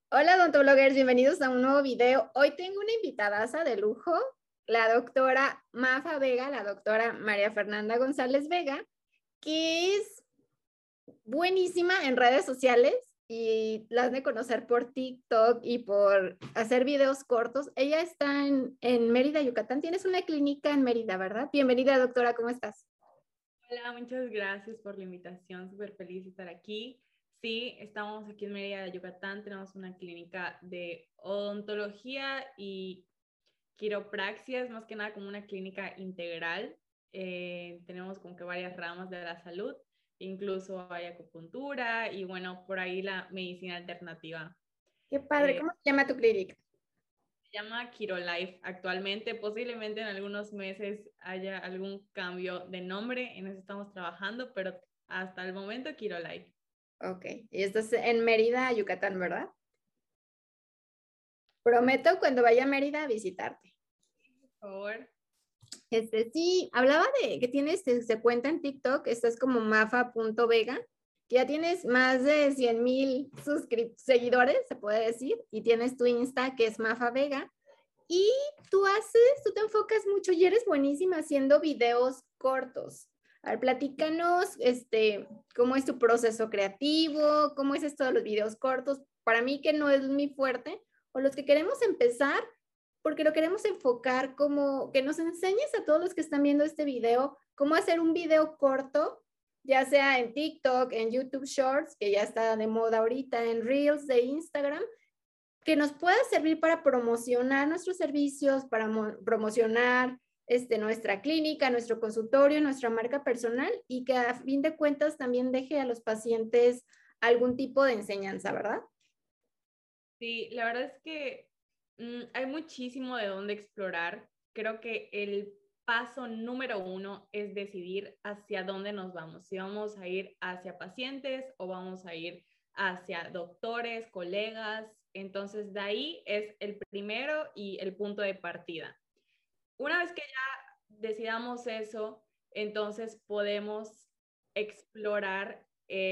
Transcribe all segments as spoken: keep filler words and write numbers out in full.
Hola, odontólogos, bienvenidos a un nuevo video. Hoy tengo una invitadaza de lujo, la doctora Mafa Vega, la doctora María Fernanda González Vega, que es buenísima en redes sociales y la han de conocer por TikTok y por hacer videos cortos. Ella está en, en Mérida, Yucatán. Tienes una clínica en Mérida, ¿verdad? Bienvenida, doctora, ¿cómo estás? Hola, muchas gracias por la invitación, súper feliz de estar aquí. Sí, estamos aquí en Mérida, Yucatán, tenemos una clínica de odontología y quiropraxia, es más que nada como una clínica integral. Eh, tenemos como que varias ramas de la salud, incluso hay acupuntura y bueno, por ahí la medicina alternativa. Qué padre, Eh, ¿cómo se llama tu clínica? Se llama Quirolife actualmente. Posiblemente en algunos meses haya algún cambio de nombre, en eso estamos trabajando, pero hasta el momento Quirolife. Ok, y estás en Mérida, Yucatán, ¿verdad? Prometo cuando vaya a Mérida a visitarte. Por favor. Este, sí, hablaba de que tienes, se, se cuenta en TikTok, estás como mafa punto vega, que ya tienes más de cien mil seguidores, se puede decir, y tienes tu Insta, que es Mafa Vega, y tú haces, tú te enfocas mucho y eres buenísima haciendo videos cortos. A ver, platícanos, este, cómo es tu proceso creativo, cómo es esto de los videos cortos. Para mí que no es mi fuerte, o los que queremos empezar, porque lo queremos enfocar como que nos enseñes a todos los que están viendo este video cómo hacer un video corto, ya sea en TikTok, en YouTube Shorts, que ya está de moda ahorita, en Reels de Instagram, que nos pueda servir para promocionar nuestros servicios, para promocionar este, nuestra clínica, nuestro consultorio, nuestra marca personal y que a fin de cuentas también deje a los pacientes algún tipo de enseñanza, ¿verdad? Sí, la verdad es que mm, hay muchísimo de dónde explorar. Creo que el paso número uno es decidir hacia dónde nos vamos. Si vamos a ir hacia pacientes o vamos a ir hacia doctores, colegas. Entonces, de ahí es el primero y el punto de partida. Una vez que ya decidamos eso, entonces podemos explorar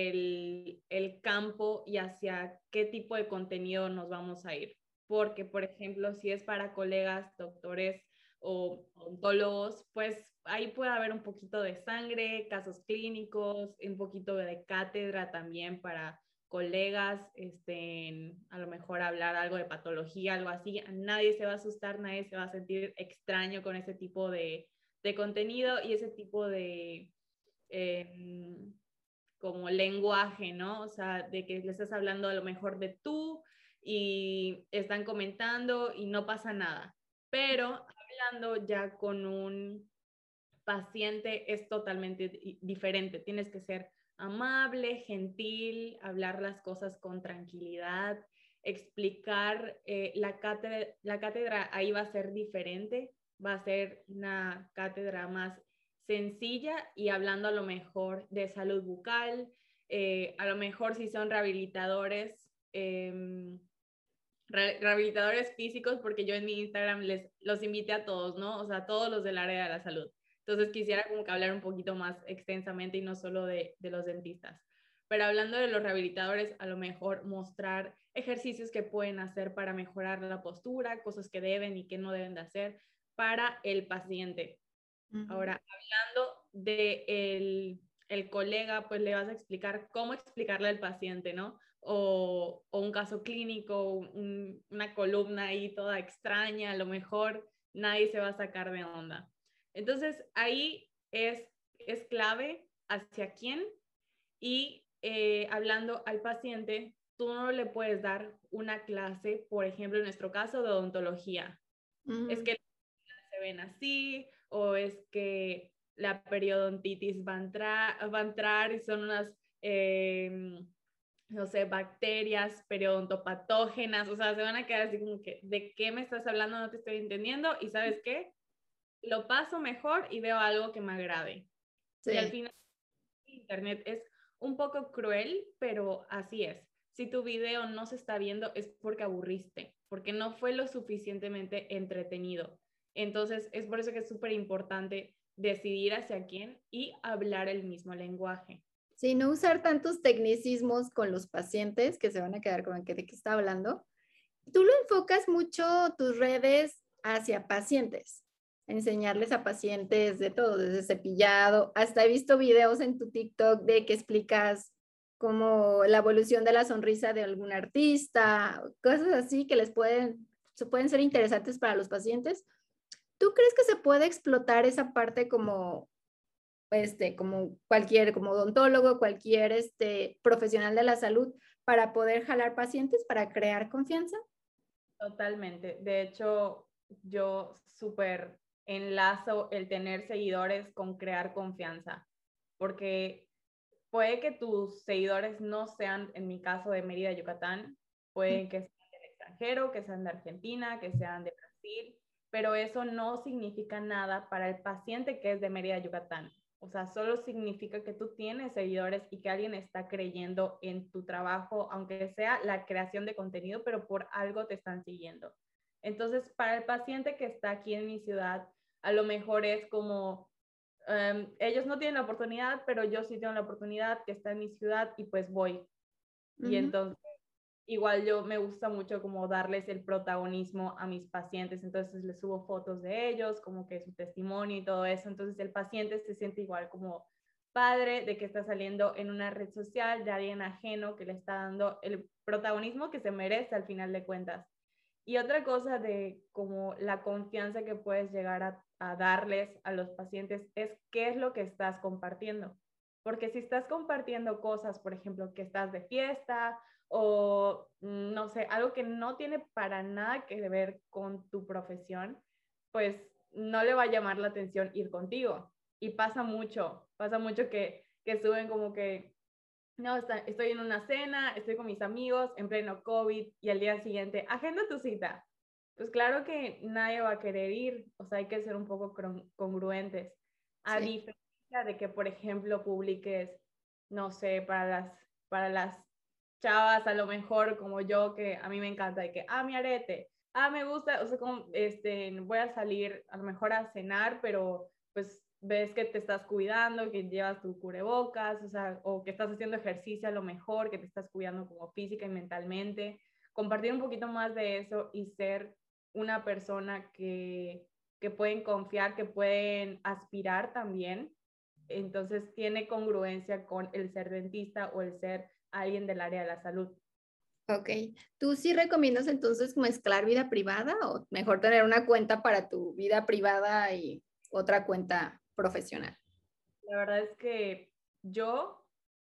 el, el campo y hacia qué tipo de contenido nos vamos a ir. Porque, por ejemplo, si es para colegas, doctores o odontólogos, pues ahí puede haber un poquito de sangre, casos clínicos, un poquito de cátedra también para colegas, este, a lo mejor hablar algo de patología, algo así. Nadie se va a asustar, nadie se va a sentir extraño con ese tipo de, de contenido y ese tipo de eh, como lenguaje, ¿no? O sea, de que le estás hablando a lo mejor de tú y están comentando y no pasa nada. Pero hablando ya con un paciente es totalmente diferente. Tienes que ser amable, gentil, hablar las cosas con tranquilidad, explicar eh, la, cátedra, la cátedra ahí va a ser diferente, va a ser una cátedra más sencilla y hablando a lo mejor de salud bucal, eh, a lo mejor si son rehabilitadores, eh, re rehabilitadores físicos, porque yo en mi Instagram les los invité a todos, ¿no? O sea, todos los del área de la salud. Entonces quisiera como que hablar un poquito más extensamente y no solo de, de los dentistas. Pero hablando de los rehabilitadores, a lo mejor mostrar ejercicios que pueden hacer para mejorar la postura, cosas que deben y que no deben de hacer para el paciente. Uh-huh. Ahora, hablando de el, el colega, pues le vas a explicar cómo explicarle al paciente, ¿no? O, o un caso clínico, un, una columna ahí toda extraña, a lo mejor nadie se va a sacar de onda. Entonces, ahí es, es clave hacia quién y eh, hablando al paciente, tú no le puedes dar una clase, por ejemplo, en nuestro caso de odontología. Uh-huh. Es que se ven así, o es que la periodontitis va a entrar, va a entrar y son unas, eh, no sé, bacterias periodontopatógenas, o sea, se van a quedar así como que, ¿de qué me estás hablando? No te estoy entendiendo, y ¿sabes qué? Lo paso mejor y veo algo que me agrade. Sí. Y al final, Internet es un poco cruel, pero así es. Si tu video no se está viendo es porque aburriste, porque no fue lo suficientemente entretenido. Entonces, es por eso que es súper importante decidir hacia quién y hablar el mismo lenguaje. Sí, no usar tantos tecnicismos con los pacientes que se van a quedar con que de qué está hablando. Tú lo enfocas mucho tus redes hacia pacientes, enseñarles a pacientes de todo, desde cepillado, hasta he visto videos en tu TikTok de que explicas como la evolución de la sonrisa de algún artista, cosas así que les pueden, se pueden ser interesantes para los pacientes. ¿Tú crees que se puede explotar esa parte como este, como cualquier, como odontólogo, cualquier este, profesional de la salud para poder jalar pacientes, para crear confianza? Totalmente. De hecho, yo súper enlazo el tener seguidores con crear confianza, porque puede que tus seguidores no sean, en mi caso, de Mérida, Yucatán, pueden que sean del extranjero, que sean de Argentina, que sean de Brasil, pero eso no significa nada para el paciente que es de Mérida, Yucatán. O sea, solo significa que tú tienes seguidores y que alguien está creyendo en tu trabajo, aunque sea la creación de contenido, pero por algo te están siguiendo. Entonces, para el paciente que está aquí en mi ciudad, a lo mejor es como, um, ellos no tienen la oportunidad, pero yo sí tengo la oportunidad, que está en mi ciudad y pues voy. Uh-huh. Y entonces, igual yo me gusta mucho como darles el protagonismo a mis pacientes, entonces les subo fotos de ellos, como que su testimonio y todo eso, entonces el paciente se siente igual como padre de que está saliendo en una red social de alguien ajeno que le está dando el protagonismo que se merece al final de cuentas. Y otra cosa de como la confianza que puedes llegar a, a darles a los pacientes es qué es lo que estás compartiendo. Porque si estás compartiendo cosas, por ejemplo, que estás de fiesta o no sé, algo que no tiene para nada que ver con tu profesión, pues no le va a llamar la atención ir contigo. Y pasa mucho, pasa mucho que, que suben como que, no, está, estoy en una cena, estoy con mis amigos en pleno COVID y al día siguiente, agenda tu cita. Pues claro que nadie va a querer ir, o sea, hay que ser un poco congruentes. A sí. diferencia de que, por ejemplo, publiques, no sé, para las, para las chavas a lo mejor como yo, que a mí me encanta, de que, ah, mi arete, ah, me gusta, o sea, como, este, voy a salir a lo mejor a cenar, pero pues ves que te estás cuidando, que llevas tu cubrebocas, o sea, o que estás haciendo ejercicio a lo mejor, que te estás cuidando como física y mentalmente, compartir un poquito más de eso y ser una persona que, que pueden confiar, que pueden aspirar también, entonces tiene congruencia con el ser dentista o el ser alguien del área de la salud. Ok, ¿tú sí recomiendas entonces mezclar vida privada o mejor tener una cuenta para tu vida privada y otra cuenta profesional? La verdad es que yo,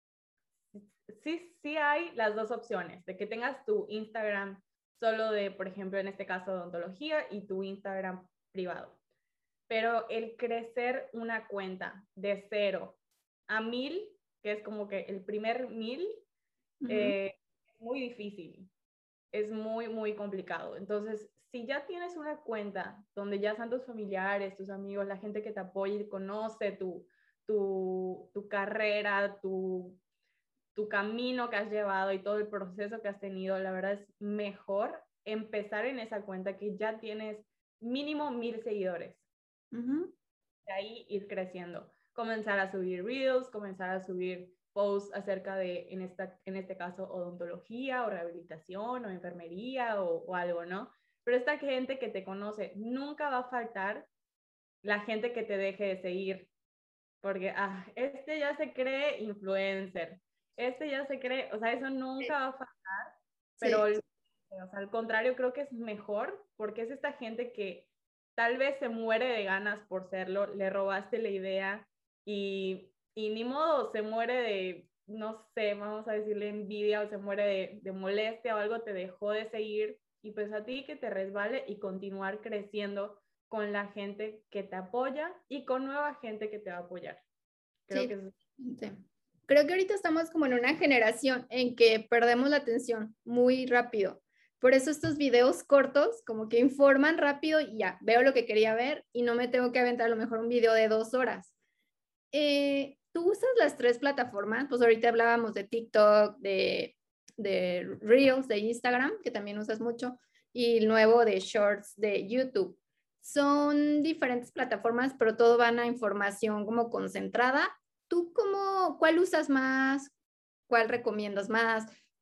sí, sí hay las dos opciones, de que tengas tu Instagram solo de, por ejemplo, en este caso, odontología y tu Instagram privado. Pero el crecer una cuenta de cero a mil, que es como que el primer mil, uh-huh. eh, es muy difícil, es muy, muy complicado. Entonces, si ya tienes una cuenta donde ya están tus familiares, tus amigos, la gente que te apoya y conoce tu, tu, tu carrera, tu, tu camino que has llevado y todo el proceso que has tenido, la verdad es mejor empezar en esa cuenta que ya tienes mínimo mil seguidores. Uh-huh. De ahí ir creciendo, comenzar a subir reels, comenzar a subir posts acerca de, en, esta, en este caso, odontología o rehabilitación o enfermería o, o algo, ¿no? Pero esta gente que te conoce, nunca va a faltar la gente que te deje de seguir, porque, ah, este ya se cree influencer, este ya se cree, o sea, eso nunca va a faltar, pero sí. o sea, al contrario, creo que es mejor, porque es esta gente que tal vez se muere de ganas por serlo, le robaste la idea y, y ni modo, se muere de, no sé, vamos a decirle envidia o se muere de, de molestia o algo, te dejó de seguir y pues a ti que te resbale y continuar creciendo con la gente que te apoya y con nueva gente que te va a apoyar. Creo sí, que es... sí. Creo que ahorita estamos como en una generación en que perdemos la atención muy rápido. Por eso estos videos cortos como que informan rápido y ya, veo lo que quería ver y no me tengo que aventar a lo mejor un video de dos horas. Eh, ¿Tú usas las tres plataformas? Pues ahorita hablábamos de TikTok, de, de Reels, de Instagram, que también usas mucho, y el nuevo de Shorts de YouTube. Son diferentes plataformas, pero todo van a información como concentrada ¿Tú cómo, cuál usas más? ¿Cuál recomiendas más?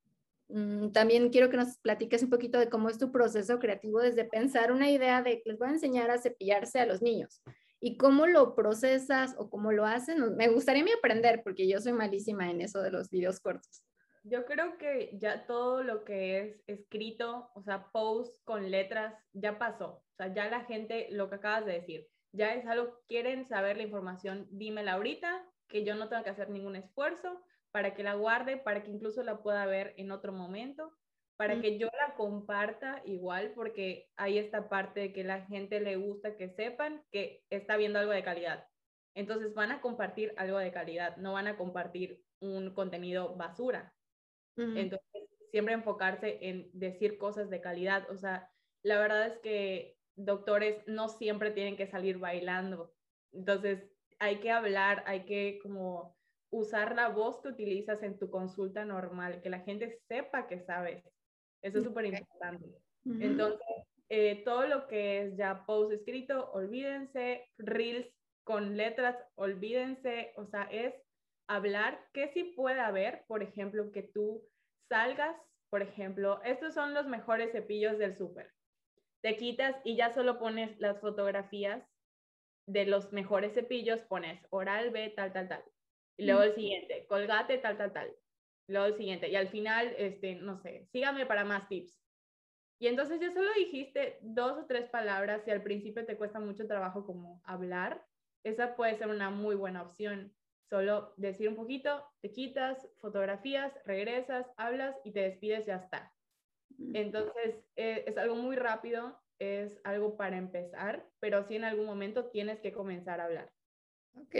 Mm, también quiero que nos platiques un poquito de cómo es tu proceso creativo desde pensar una idea de que les voy a enseñar a cepillarse a los niños y cómo lo procesas o cómo lo hacen. Me gustaría a mí aprender porque yo soy malísima en eso de los videos cortos. Yo creo que ya todo lo que es escrito, o sea, post con letras, ya pasó. O sea, ya la gente, lo que acabas de decir, ya es algo, quieren saber la información, dímela ahorita, que yo no tengo que hacer ningún esfuerzo para que la guarde, para que incluso la pueda ver en otro momento, para Mm. que yo la comparta igual, porque hay esta parte de que la gente le gusta que sepan que está viendo algo de calidad. Entonces van a compartir algo de calidad, no van a compartir un contenido basura. Mm. Entonces, siempre enfocarse en decir cosas de calidad. O sea, la verdad es que doctores no siempre tienen que salir bailando. Entonces, hay que hablar, hay que como usar la voz que utilizas en tu consulta normal, que la gente sepa que sabes. Eso es súper importante. Uh-huh. Entonces, eh, todo lo que es ya post escrito, olvídense, reels con letras, olvídense, o sea, es hablar que sí puede haber, por ejemplo, que tú salgas, por ejemplo, estos son los mejores cepillos del súper. Te quitas y ya solo pones las fotografías de los mejores cepillos, pones Oral-B, tal, tal, tal. Y luego el siguiente, Colgate, tal, tal, tal. Luego el siguiente. Y al final, este, no sé, sígame para más tips. Y entonces ya solo dijiste dos o tres palabras y al principio te cuesta mucho trabajo como hablar. Esa puede ser una muy buena opción. Solo decir un poquito, te quitas, fotografías, regresas, hablas y te despides, ya está. Entonces, eh, es algo muy rápido, es algo para empezar, pero sí en algún momento tienes que comenzar a hablar. Ok.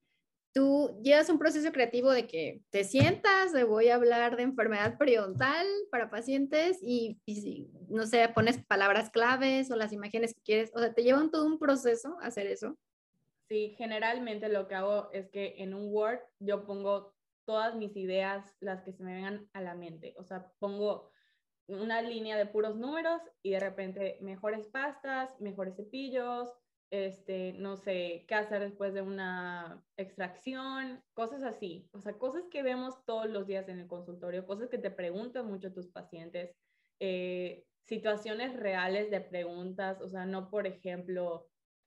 Tú llevas un proceso creativo de que te sientas, de voy a hablar de enfermedad periodontal para pacientes y, y, no sé, pones palabras claves o las imágenes que quieres, o sea, te llevan todo un proceso a hacer eso. Sí, generalmente lo que hago es que en un Word yo pongo todas mis ideas, las que se me vengan a la mente. O sea, pongo una línea de puros números y de repente mejores pastas, mejores cepillos, este, no sé, qué hacer después de una extracción, cosas así. O sea, cosas que vemos todos los días en el consultorio, cosas que te preguntan mucho tus pacientes, eh, situaciones reales de preguntas, o sea, no, por ejemplo,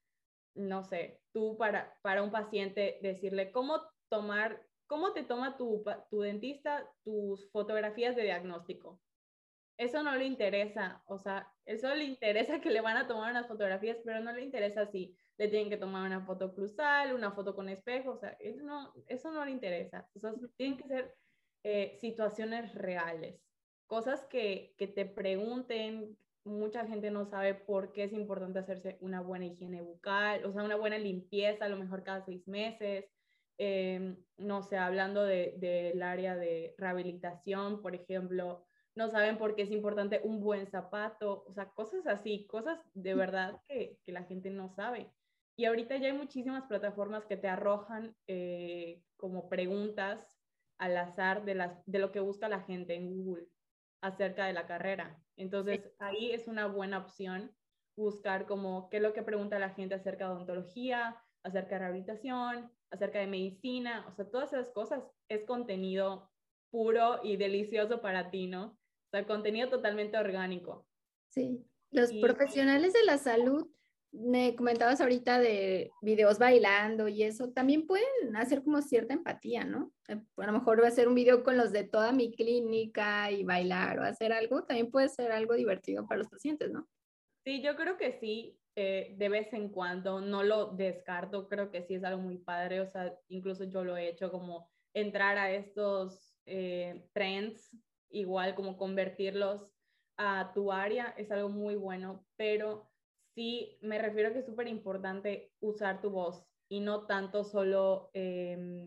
no sé, tú para, para un paciente decirle cómo tomar, cómo te toma tu, tu dentista tus fotografías de diagnóstico. Eso no le interesa, o sea, eso le interesa que le van a tomar unas fotografías, pero no le interesa si le tienen que tomar una foto cruzal, una foto con espejo, o sea, eso no, eso no le interesa. O sea, tienen que ser eh, situaciones reales, cosas que, que te pregunten. Mucha gente no sabe por qué es importante hacerse una buena higiene bucal, o sea, una buena limpieza, a lo mejor cada seis meses. Eh, no sé, hablando del de, de área de rehabilitación, por ejemplo, no saben por qué es importante un buen zapato, o sea, cosas así, cosas de verdad que, que la gente no sabe. Y ahorita ya hay muchísimas plataformas que te arrojan eh, como preguntas al azar de, las, de lo que busca la gente en Google acerca de la carrera. Entonces, sí, ahí es una buena opción buscar como qué es lo que pregunta la gente acerca de odontología, acerca de rehabilitación, acerca de medicina, o sea, todas esas cosas es contenido puro y delicioso para ti, ¿no? O sea, contenido totalmente orgánico. Sí, los Y, profesionales de la salud, me comentabas ahorita de videos bailando y eso, también pueden hacer como cierta empatía, ¿no? Eh, A lo mejor va a ser un video con los de toda mi clínica y bailar o hacer algo, también puede ser algo divertido para los pacientes, ¿no? Sí, yo creo que sí, eh, de vez en cuando, no lo descarto, creo que sí es algo muy padre, o sea, incluso yo lo he hecho como entrar a estos eh, trends, igual como convertirlos a tu área, es algo muy bueno, pero sí me refiero a que es súper importante usar tu voz y no tanto solo eh,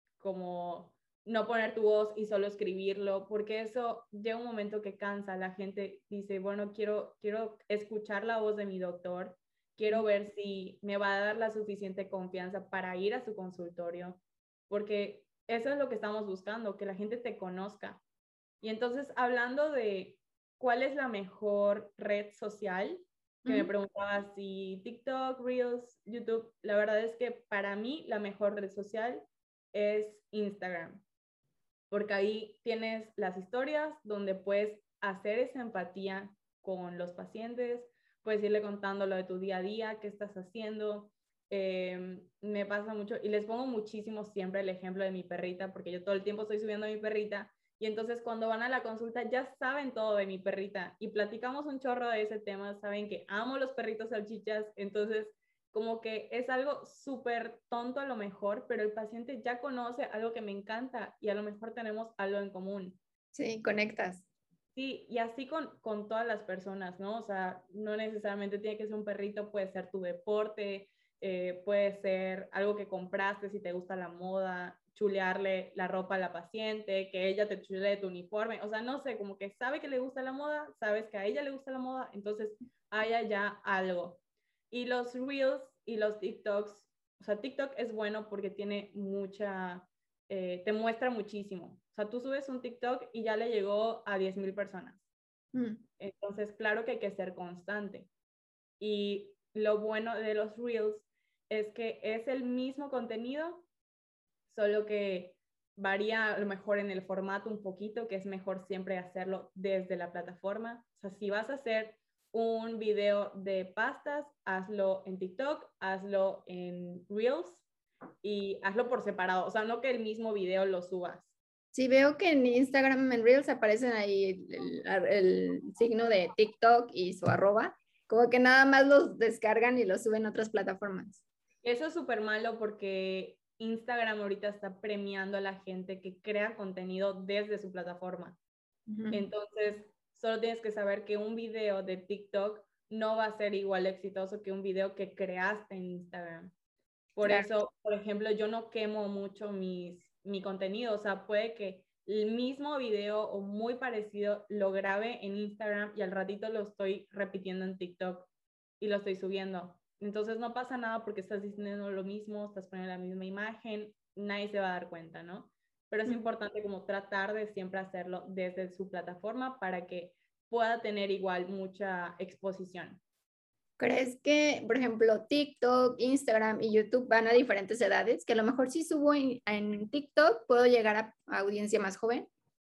como no poner tu voz y solo escribirlo, porque eso llega un momento que cansa. La gente dice, bueno, quiero, quiero escuchar la voz de mi doctor, quiero ver si me va a dar la suficiente confianza para ir a su consultorio, porque eso es lo que estamos buscando, que la gente te conozca. Y entonces, hablando de cuál es la mejor red social, que uh-huh. me preguntaba si TikTok, Reels, YouTube, la verdad es que para mí la mejor red social es Instagram, porque ahí tienes las historias donde puedes hacer esa empatía con los pacientes, puedes irle contando lo de tu día a día, qué estás haciendo. Eh, me pasa mucho y les pongo muchísimo siempre el ejemplo de mi perrita, porque yo todo el tiempo estoy subiendo a mi perrita y entonces cuando van a la consulta ya saben todo de mi perrita y platicamos un chorro de ese tema, saben que amo los perritos salchichas, entonces como que es algo súper tonto a lo mejor, pero el paciente ya conoce algo que me encanta y a lo mejor tenemos algo en común. Sí, conectas. Sí, y así con, con todas las personas, ¿no? O sea, no necesariamente tiene que ser un perrito, puede ser tu deporte, eh, puede ser algo que compraste si te gusta la moda, chulearle la ropa a la paciente, que ella te chulee tu uniforme, o sea, no sé, como que sabe que le gusta la moda, sabes que a ella le gusta la moda, entonces haya ya algo. Y los Reels y los TikToks, o sea, TikTok es bueno porque tiene mucha, eh, te muestra muchísimo. O sea, tú subes un TikTok y ya le llegó a diez mil personas. Mm. Entonces, claro que hay que ser constante. Y lo bueno de los Reels es que es el mismo contenido, solo que varía a lo mejor en el formato un poquito, que es mejor siempre hacerlo desde la plataforma. O sea, si vas a hacer un video de pastas, hazlo en TikTok, hazlo en Reels y hazlo por separado. O sea, no que el mismo video lo subas. Sí, veo que en Instagram, en Reels, aparecen ahí el, el, el signo de TikTok y su arroba, como que nada más los descargan y los suben a otras plataformas. Eso es súper malo porque Instagram ahorita está premiando a la gente que crea contenido desde su plataforma. Uh-huh. Entonces, solo tienes que saber que un video de TikTok no va a ser igual de exitoso que un video que creaste en Instagram. Por claro. Eso, por ejemplo, yo no quemo mucho mis, mi contenido. O sea, puede que el mismo video o muy parecido lo grabe en Instagram y al ratito lo estoy repitiendo en TikTok y lo estoy subiendo. Entonces no pasa nada porque estás diciendo lo mismo, estás poniendo la misma imagen, nadie se va a dar cuenta, ¿no? Pero es importante como tratar de siempre hacerlo desde su plataforma para que pueda tener igual mucha exposición. ¿Crees que, por ejemplo, TikTok, Instagram y YouTube van a diferentes edades? Que a lo mejor si subo en, en TikTok puedo llegar a, a audiencia más joven.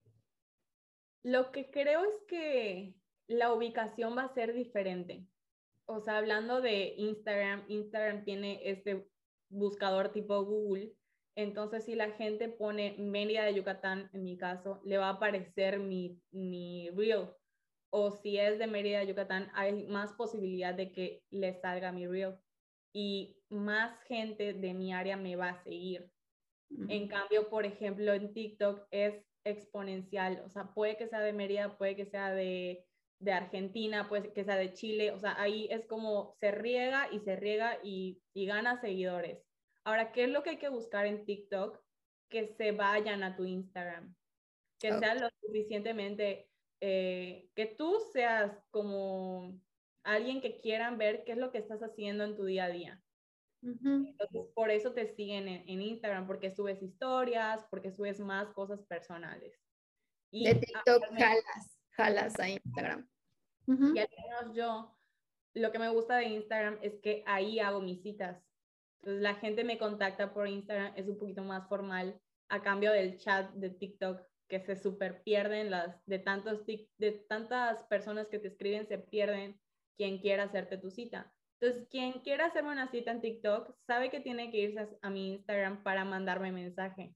Lo que creo es que la ubicación va a ser diferente. O sea, hablando de Instagram, Instagram tiene este buscador tipo Google. Entonces, si la gente pone Mérida de Yucatán, en mi caso, le va a aparecer mi, mi reel. O si es de Mérida de Yucatán, hay más posibilidad de que le salga mi reel. Y más gente de mi área me va a seguir. Uh-huh. En cambio, por ejemplo, en TikTok es exponencial. O sea, puede que sea de Mérida, puede que sea de... de Argentina, pues que sea de Chile, o sea, ahí es como se riega y se riega y, y gana seguidores. Ahora, ¿qué es lo que hay que buscar en TikTok? Que se vayan a tu Instagram, que okay. sea lo suficientemente, eh, que tú seas como alguien que quieran ver qué es lo que estás haciendo en tu día a día. Uh-huh. Entonces, por eso te siguen en, en Instagram, porque subes historias, porque subes más cosas personales. Y de TikTok a, jalas, jalas a Instagram. Uh-huh. Y al menos yo, lo que me gusta de Instagram es que ahí hago mis citas. Entonces la gente me contacta por Instagram, es un poquito más formal, a cambio del chat de TikTok, que se súper pierden las, de, tantos, de tantas personas que te escriben, se pierden quien quiera hacerte tu cita. Entonces, quien quiera hacerme una cita en TikTok, sabe que tiene que irse a, a mi Instagram para mandarme mensaje.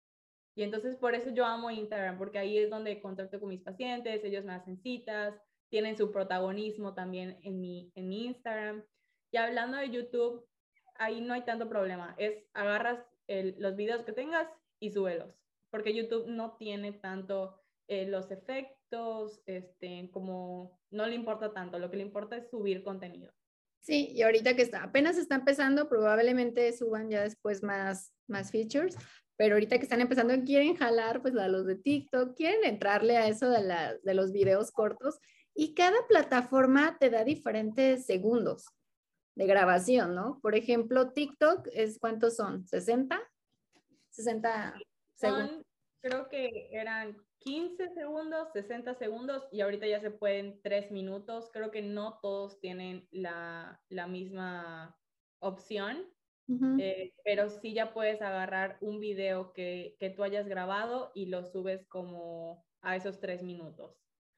Y entonces por eso yo amo Instagram, porque ahí es donde contacto con mis pacientes, ellos me hacen citas, tienen su protagonismo también en mi, en mi Instagram. Y hablando de YouTube, ahí no hay tanto problema. Es agarras el, los videos que tengas y súbelos, porque YouTube no tiene tanto eh, los efectos, este, como no le importa tanto, lo que le importa es subir contenido. Sí, y ahorita que está, apenas está empezando, probablemente suban ya después más, más features, pero ahorita que están empezando quieren jalar pues a los de TikTok, quieren entrarle a eso de, la, de los videos cortos y cada plataforma te da diferentes segundos de grabación, ¿no? Por ejemplo, TikTok es ¿cuántos son? ¿sesenta? sesenta segundos. Son, creo que eran quince segundos, sesenta segundos y ahorita ya se pueden tres minutos. Creo que no todos tienen la, la misma opción. Uh-huh. eh, pero sí ya puedes agarrar un video que, que tú hayas grabado y lo subes como a esos tres minutos.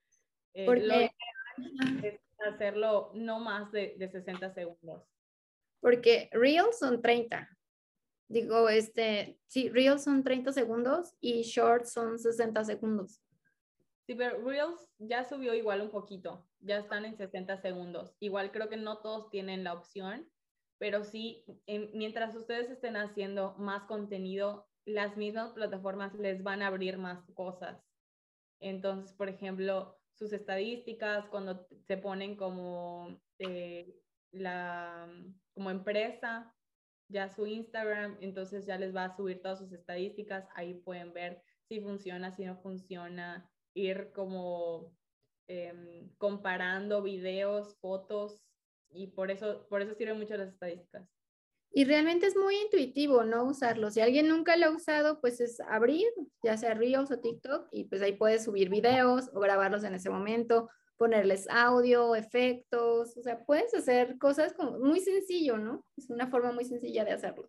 Eh, lo Porque, ideal es hacerlo no más de, de sesenta segundos. porque Reels son treinta. Digo, este, sí, Reels son treinta segundos y Shorts son sesenta segundos. Sí, pero Reels ya subió igual un poquito, ya están en sesenta segundos. Igual creo que no todos tienen la opción, pero sí, en, mientras ustedes estén haciendo más contenido, las mismas plataformas les van a abrir más cosas. Entonces, por ejemplo, sus estadísticas, cuando se ponen como, eh, la, como empresa, ya su Instagram, entonces ya les va a subir todas sus estadísticas, ahí pueden ver si funciona, si no funciona, ir como eh, comparando videos, fotos, y por eso, por eso sirven mucho las estadísticas. Y realmente es muy intuitivo, ¿no? Usarlo. Si alguien nunca lo ha usado, pues es abrir, ya sea Reels o TikTok, y pues ahí puedes subir videos o grabarlos en ese momento, ponerles audio, efectos, o sea, puedes hacer cosas como muy sencillo, ¿no? Es una forma muy sencilla de hacerlo.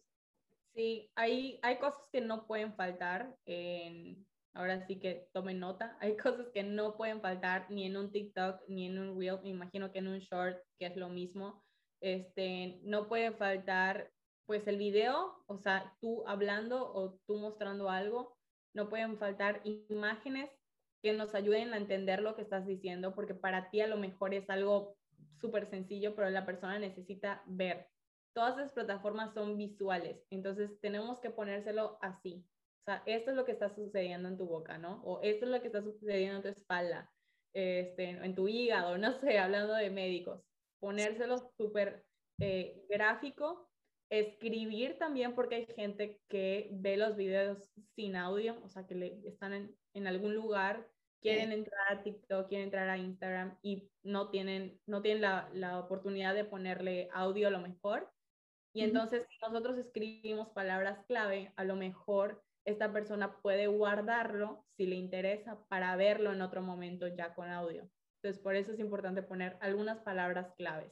Sí, hay, hay cosas que no pueden faltar en, ahora sí que tomen nota, hay cosas que no pueden faltar ni en un TikTok, ni en un Reel, me imagino que en un Short, que es lo mismo, este, no puede faltar pues el video, o sea, tú hablando o tú mostrando algo, no pueden faltar imágenes que nos ayuden a entender lo que estás diciendo, porque para ti a lo mejor es algo súper sencillo, pero la persona necesita ver. Todas las plataformas son visuales, entonces tenemos que ponérselo así. O sea, esto es lo que está sucediendo en tu boca, ¿no? O esto es lo que está sucediendo en tu espalda, este, en tu hígado, no sé, hablando de médicos. Ponérselo súper eh, gráfico, escribir también, porque hay gente que ve los videos sin audio, o sea, que le, están en, en algún lugar, quieren entrar a TikTok, quieren entrar a Instagram y no tienen, no tienen la, la oportunidad de ponerle audio a lo mejor. Y entonces, si nosotros escribimos palabras clave, a lo mejor esta persona puede guardarlo si le interesa para verlo en otro momento ya con audio. Entonces, por eso es importante poner algunas palabras claves.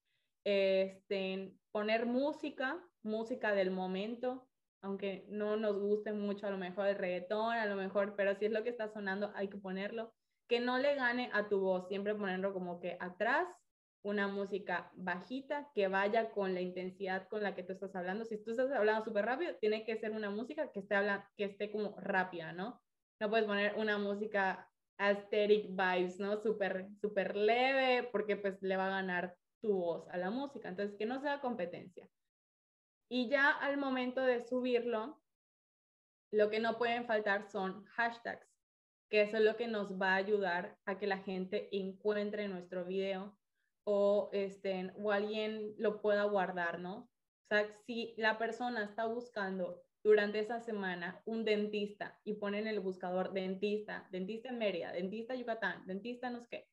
Este, poner música, música del momento, aunque no nos guste mucho a lo mejor el reggaetón, a lo mejor, pero si es lo que está sonando, hay que ponerlo. Que no le gane a tu voz, siempre ponerlo como que atrás, una música bajita que vaya con la intensidad con la que tú estás hablando. Si tú estás hablando súper rápido, tiene que ser una música que esté, hablando, que esté como rápida, ¿no? No puedes poner una música aesthetic vibes, ¿no? Súper, súper leve, porque pues le va a ganar tu voz a la música. Entonces, que no sea competencia. Y ya al momento de subirlo, lo que no pueden faltar son hashtags, que eso es lo que nos va a ayudar a que la gente encuentre nuestro video o, este, o alguien lo pueda guardar, ¿no? O sea, si la persona está buscando durante esa semana un dentista y pone en el buscador dentista, dentista en Mérida, dentista en Yucatán, dentista no sé qué,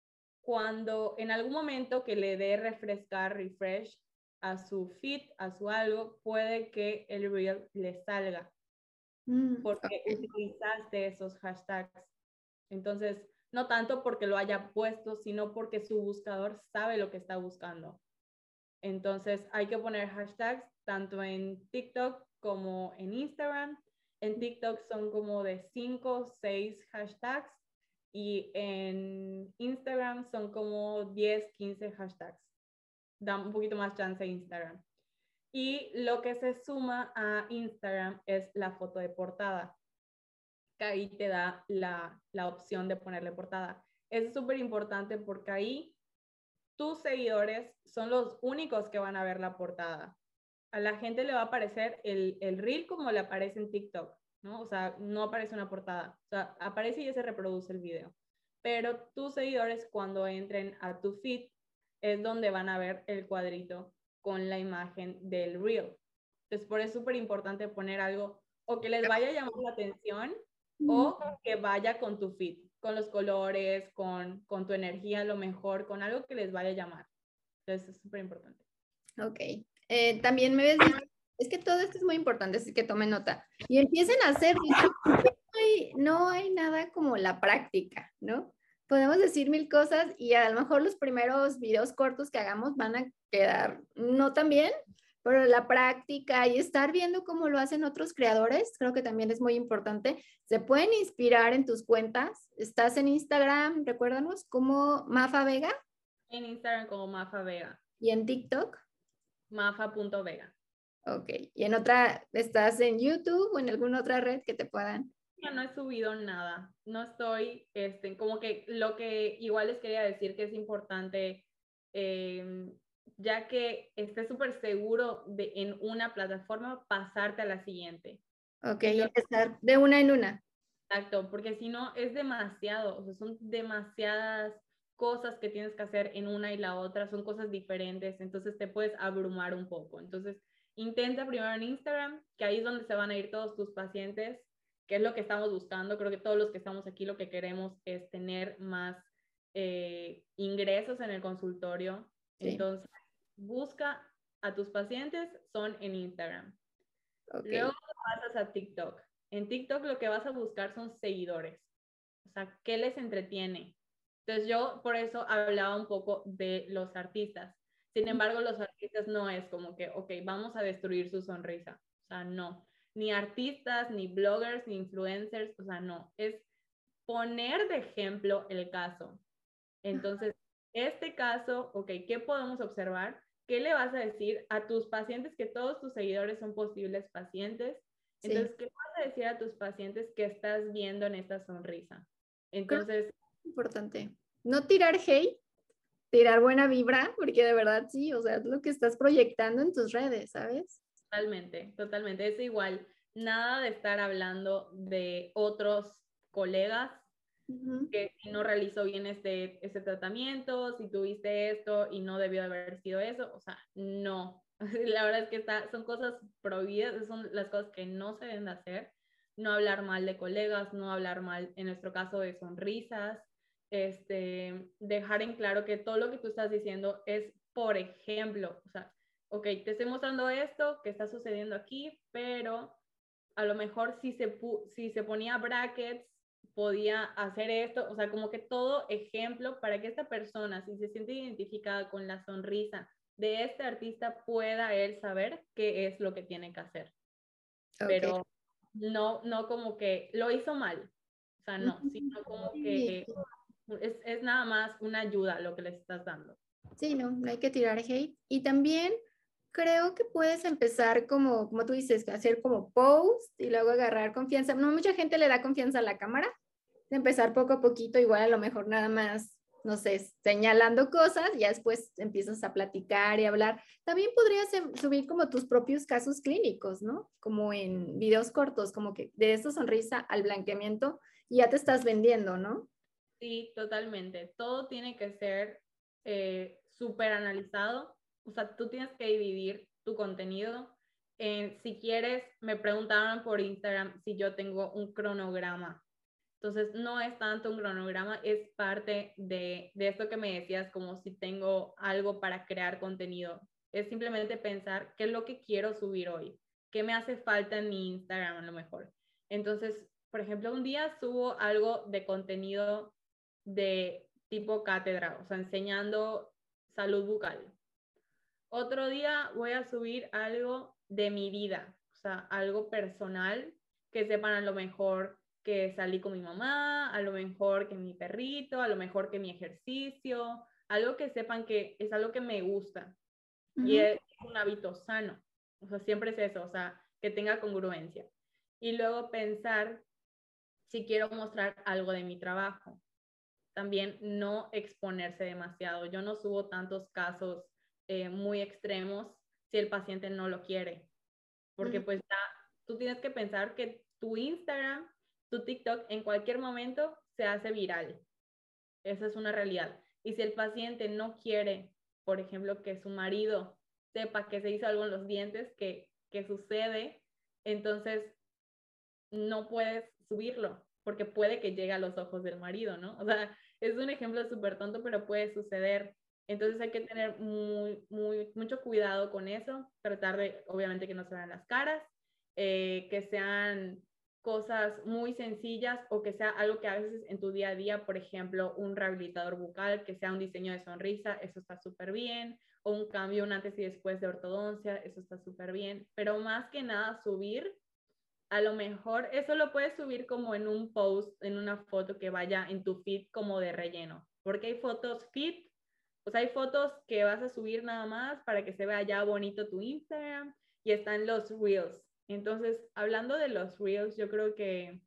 cuando en algún momento que le dé refrescar, refresh a su feed, a su algo, puede que el reel le salga Mm, porque okay. utilizaste esos hashtags. Entonces, no tanto porque lo haya puesto, sino porque su buscador sabe lo que está buscando. Entonces, hay que poner hashtags tanto en TikTok como en Instagram. En TikTok son como de cinco o seis hashtags y en Instagram son como diez, quince hashtags. Da un poquito más chance a Instagram. Y lo que se suma a Instagram es la foto de portada, que ahí te da la, la opción de ponerle portada. Es súper importante porque ahí tus seguidores son los únicos que van a ver la portada. A la gente le va a aparecer el, el reel como le aparece en TikTok, ¿no? O sea, no aparece una portada. O sea, aparece y ya se reproduce el video. Pero tus seguidores, cuando entren a tu feed, es donde van a ver el cuadrito con la imagen del reel. Entonces, por eso es súper importante poner algo o que les vaya a llamar la atención o que vaya con tu feed, con los colores, con, con tu energía, a lo mejor, con algo que les vaya a llamar. Entonces, es súper importante. Ok. Eh, también me habías dicho, es que todo esto es muy importante, así que tomen nota. Y empiecen a hacerlo. No hay, no hay nada como la práctica, ¿no? Podemos decir mil cosas y a lo mejor los primeros videos cortos que hagamos van a quedar no tan bien, pero la práctica y estar viendo cómo lo hacen otros creadores, creo que también es muy importante. Se pueden inspirar en tus cuentas. Estás en Instagram, recuérdanos, como Mafa Vega. En Instagram como Mafa Vega. ¿Y en TikTok? Mafa punto Vega. Ok. ¿Y en otra, estás en YouTube o en alguna otra red que te puedan? Ya no he subido nada. No estoy, este, como que lo que igual les quería decir que es importante, eh, ya que estés súper seguro de en una plataforma, pasarte a la siguiente. Ok, Entonces, y empezar de una en una. exacto, porque si no es demasiado, o sea, son demasiadas cosas que tienes que hacer en una y la otra, son cosas diferentes, entonces te puedes abrumar un poco. Entonces, intenta primero en Instagram, que ahí es donde se van a ir todos tus pacientes, que es lo que estamos buscando. Creo que todos los que estamos aquí lo que queremos es tener más eh, ingresos en el consultorio. Sí. Entonces, busca a tus pacientes, son en Instagram. Okay. Luego pasas a TikTok. En TikTok lo que vas a buscar son seguidores. O sea, ¿qué les entretiene? Entonces yo por eso hablaba un poco de los artistas. Sin embargo, los artistas no es como que, ok, vamos a destruir su sonrisa. O sea, no. Ni artistas, ni bloggers, ni influencers. O sea, no. Es poner de ejemplo el caso. Entonces, este caso, ok, ¿qué podemos observar? ¿Qué le vas a decir a tus pacientes, que todos tus seguidores son posibles pacientes? Sí. Entonces, ¿qué vas a decir a tus pacientes que estás viendo en esta sonrisa? Entonces, es importante no tirar hate, tirar buena vibra, porque de verdad sí, o sea, es lo que estás proyectando en tus redes, ¿sabes? Totalmente, totalmente. Es igual, nada de estar hablando de otros colegas, uh-huh, que si no realizó bien este, este tratamiento, si tuviste esto y no debió haber sido eso, o sea, no. La verdad es que está, son cosas prohibidas, son las cosas que no se deben de hacer. No hablar mal de colegas, no hablar mal, en nuestro caso, de sonrisas, este, dejar en claro que todo lo que tú estás diciendo es, por ejemplo, o sea, ok, te estoy mostrando esto que está sucediendo aquí, pero a lo mejor si se, si se ponía brackets, podía hacer esto, o sea, como que todo ejemplo para que esta persona, si se siente identificada con la sonrisa de este artista, pueda él saber qué es lo que tiene que hacer. Okay. Pero no, no como que lo hizo mal, o sea, no, sino como que es, es nada más una ayuda lo que le estás dando. Sí, no, no hay que tirar hate. Y también creo que puedes empezar como, como tú dices, hacer como post y luego agarrar confianza. No, mucha gente le da confianza a la cámara. Empezar poco a poquito, igual a lo mejor nada más, no sé, señalando cosas, y ya después empiezas a platicar y hablar. También podrías subir como tus propios casos clínicos, ¿no? Como en videos cortos, como que de esta sonrisa al blanqueamiento, y ya te estás vendiendo, ¿no? Sí, totalmente. Todo tiene que ser eh, súper analizado. O sea, tú tienes que dividir tu contenido. Eh, si quieres, me preguntaron por Instagram si yo tengo un cronograma. Entonces, no es tanto un cronograma, es parte de, de esto que me decías, como si tengo algo para crear contenido. Es simplemente pensar qué es lo que quiero subir hoy, qué me hace falta en mi Instagram a lo mejor. Entonces, por ejemplo, un día subo algo de contenido de tipo cátedra, o sea, enseñando salud bucal. Otro día voy a subir algo de mi vida, o sea, algo personal, que sepan a lo mejor que salí con mi mamá, a lo mejor que mi perrito, a lo mejor que mi ejercicio, algo que sepan que es algo que me gusta. Uh-huh. Y es un hábito sano, o sea, siempre es eso, o sea, que tenga congruencia. Y luego pensar si quiero mostrar algo de mi trabajo. También no exponerse demasiado. Yo no subo tantos casos eh, muy extremos si el paciente no lo quiere. Porque pues ya, tú tienes que pensar que tu Instagram, tu TikTok, en cualquier momento se hace viral. Esa es una realidad. Y si el paciente no quiere, por ejemplo, que su marido sepa que se hizo algo en los dientes, que, que sucede, entonces no puedes subirlo, porque puede que llegue a los ojos del marido, ¿no? O sea, es un ejemplo súper tonto, pero puede suceder. Entonces hay que tener muy, muy, mucho cuidado con eso, tratar de, obviamente, que no se vean las caras, eh, que sean cosas muy sencillas o que sea algo que haces en tu día a día, por ejemplo, un rehabilitador bucal, que sea un diseño de sonrisa, eso está súper bien, o un cambio, un antes y después de ortodoncia, eso está súper bien, pero más que nada subir, a lo mejor eso lo puedes subir como en un post, en una foto que vaya en tu feed como de relleno, porque hay fotos feed, o sea, hay fotos que vas a subir nada más para que se vea ya bonito tu Instagram y están los reels. Entonces, hablando de los reels, yo creo que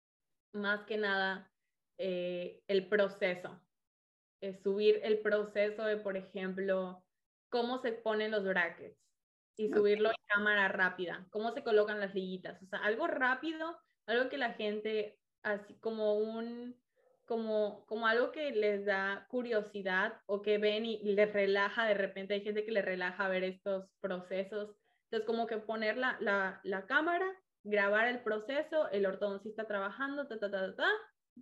más que nada eh, el proceso, es subir el proceso de, por ejemplo, cómo se ponen los brackets y subirlo en cámara rápida, cómo se colocan las liguitas, o sea, algo rápido, algo que la gente, así como un, como, como algo que les da curiosidad o que ven y les relaja, de repente hay gente que le relaja ver estos procesos, entonces como que poner la, la, la cámara, grabar el proceso, el ortodoncista trabajando, ta, ta, ta, ta, ta,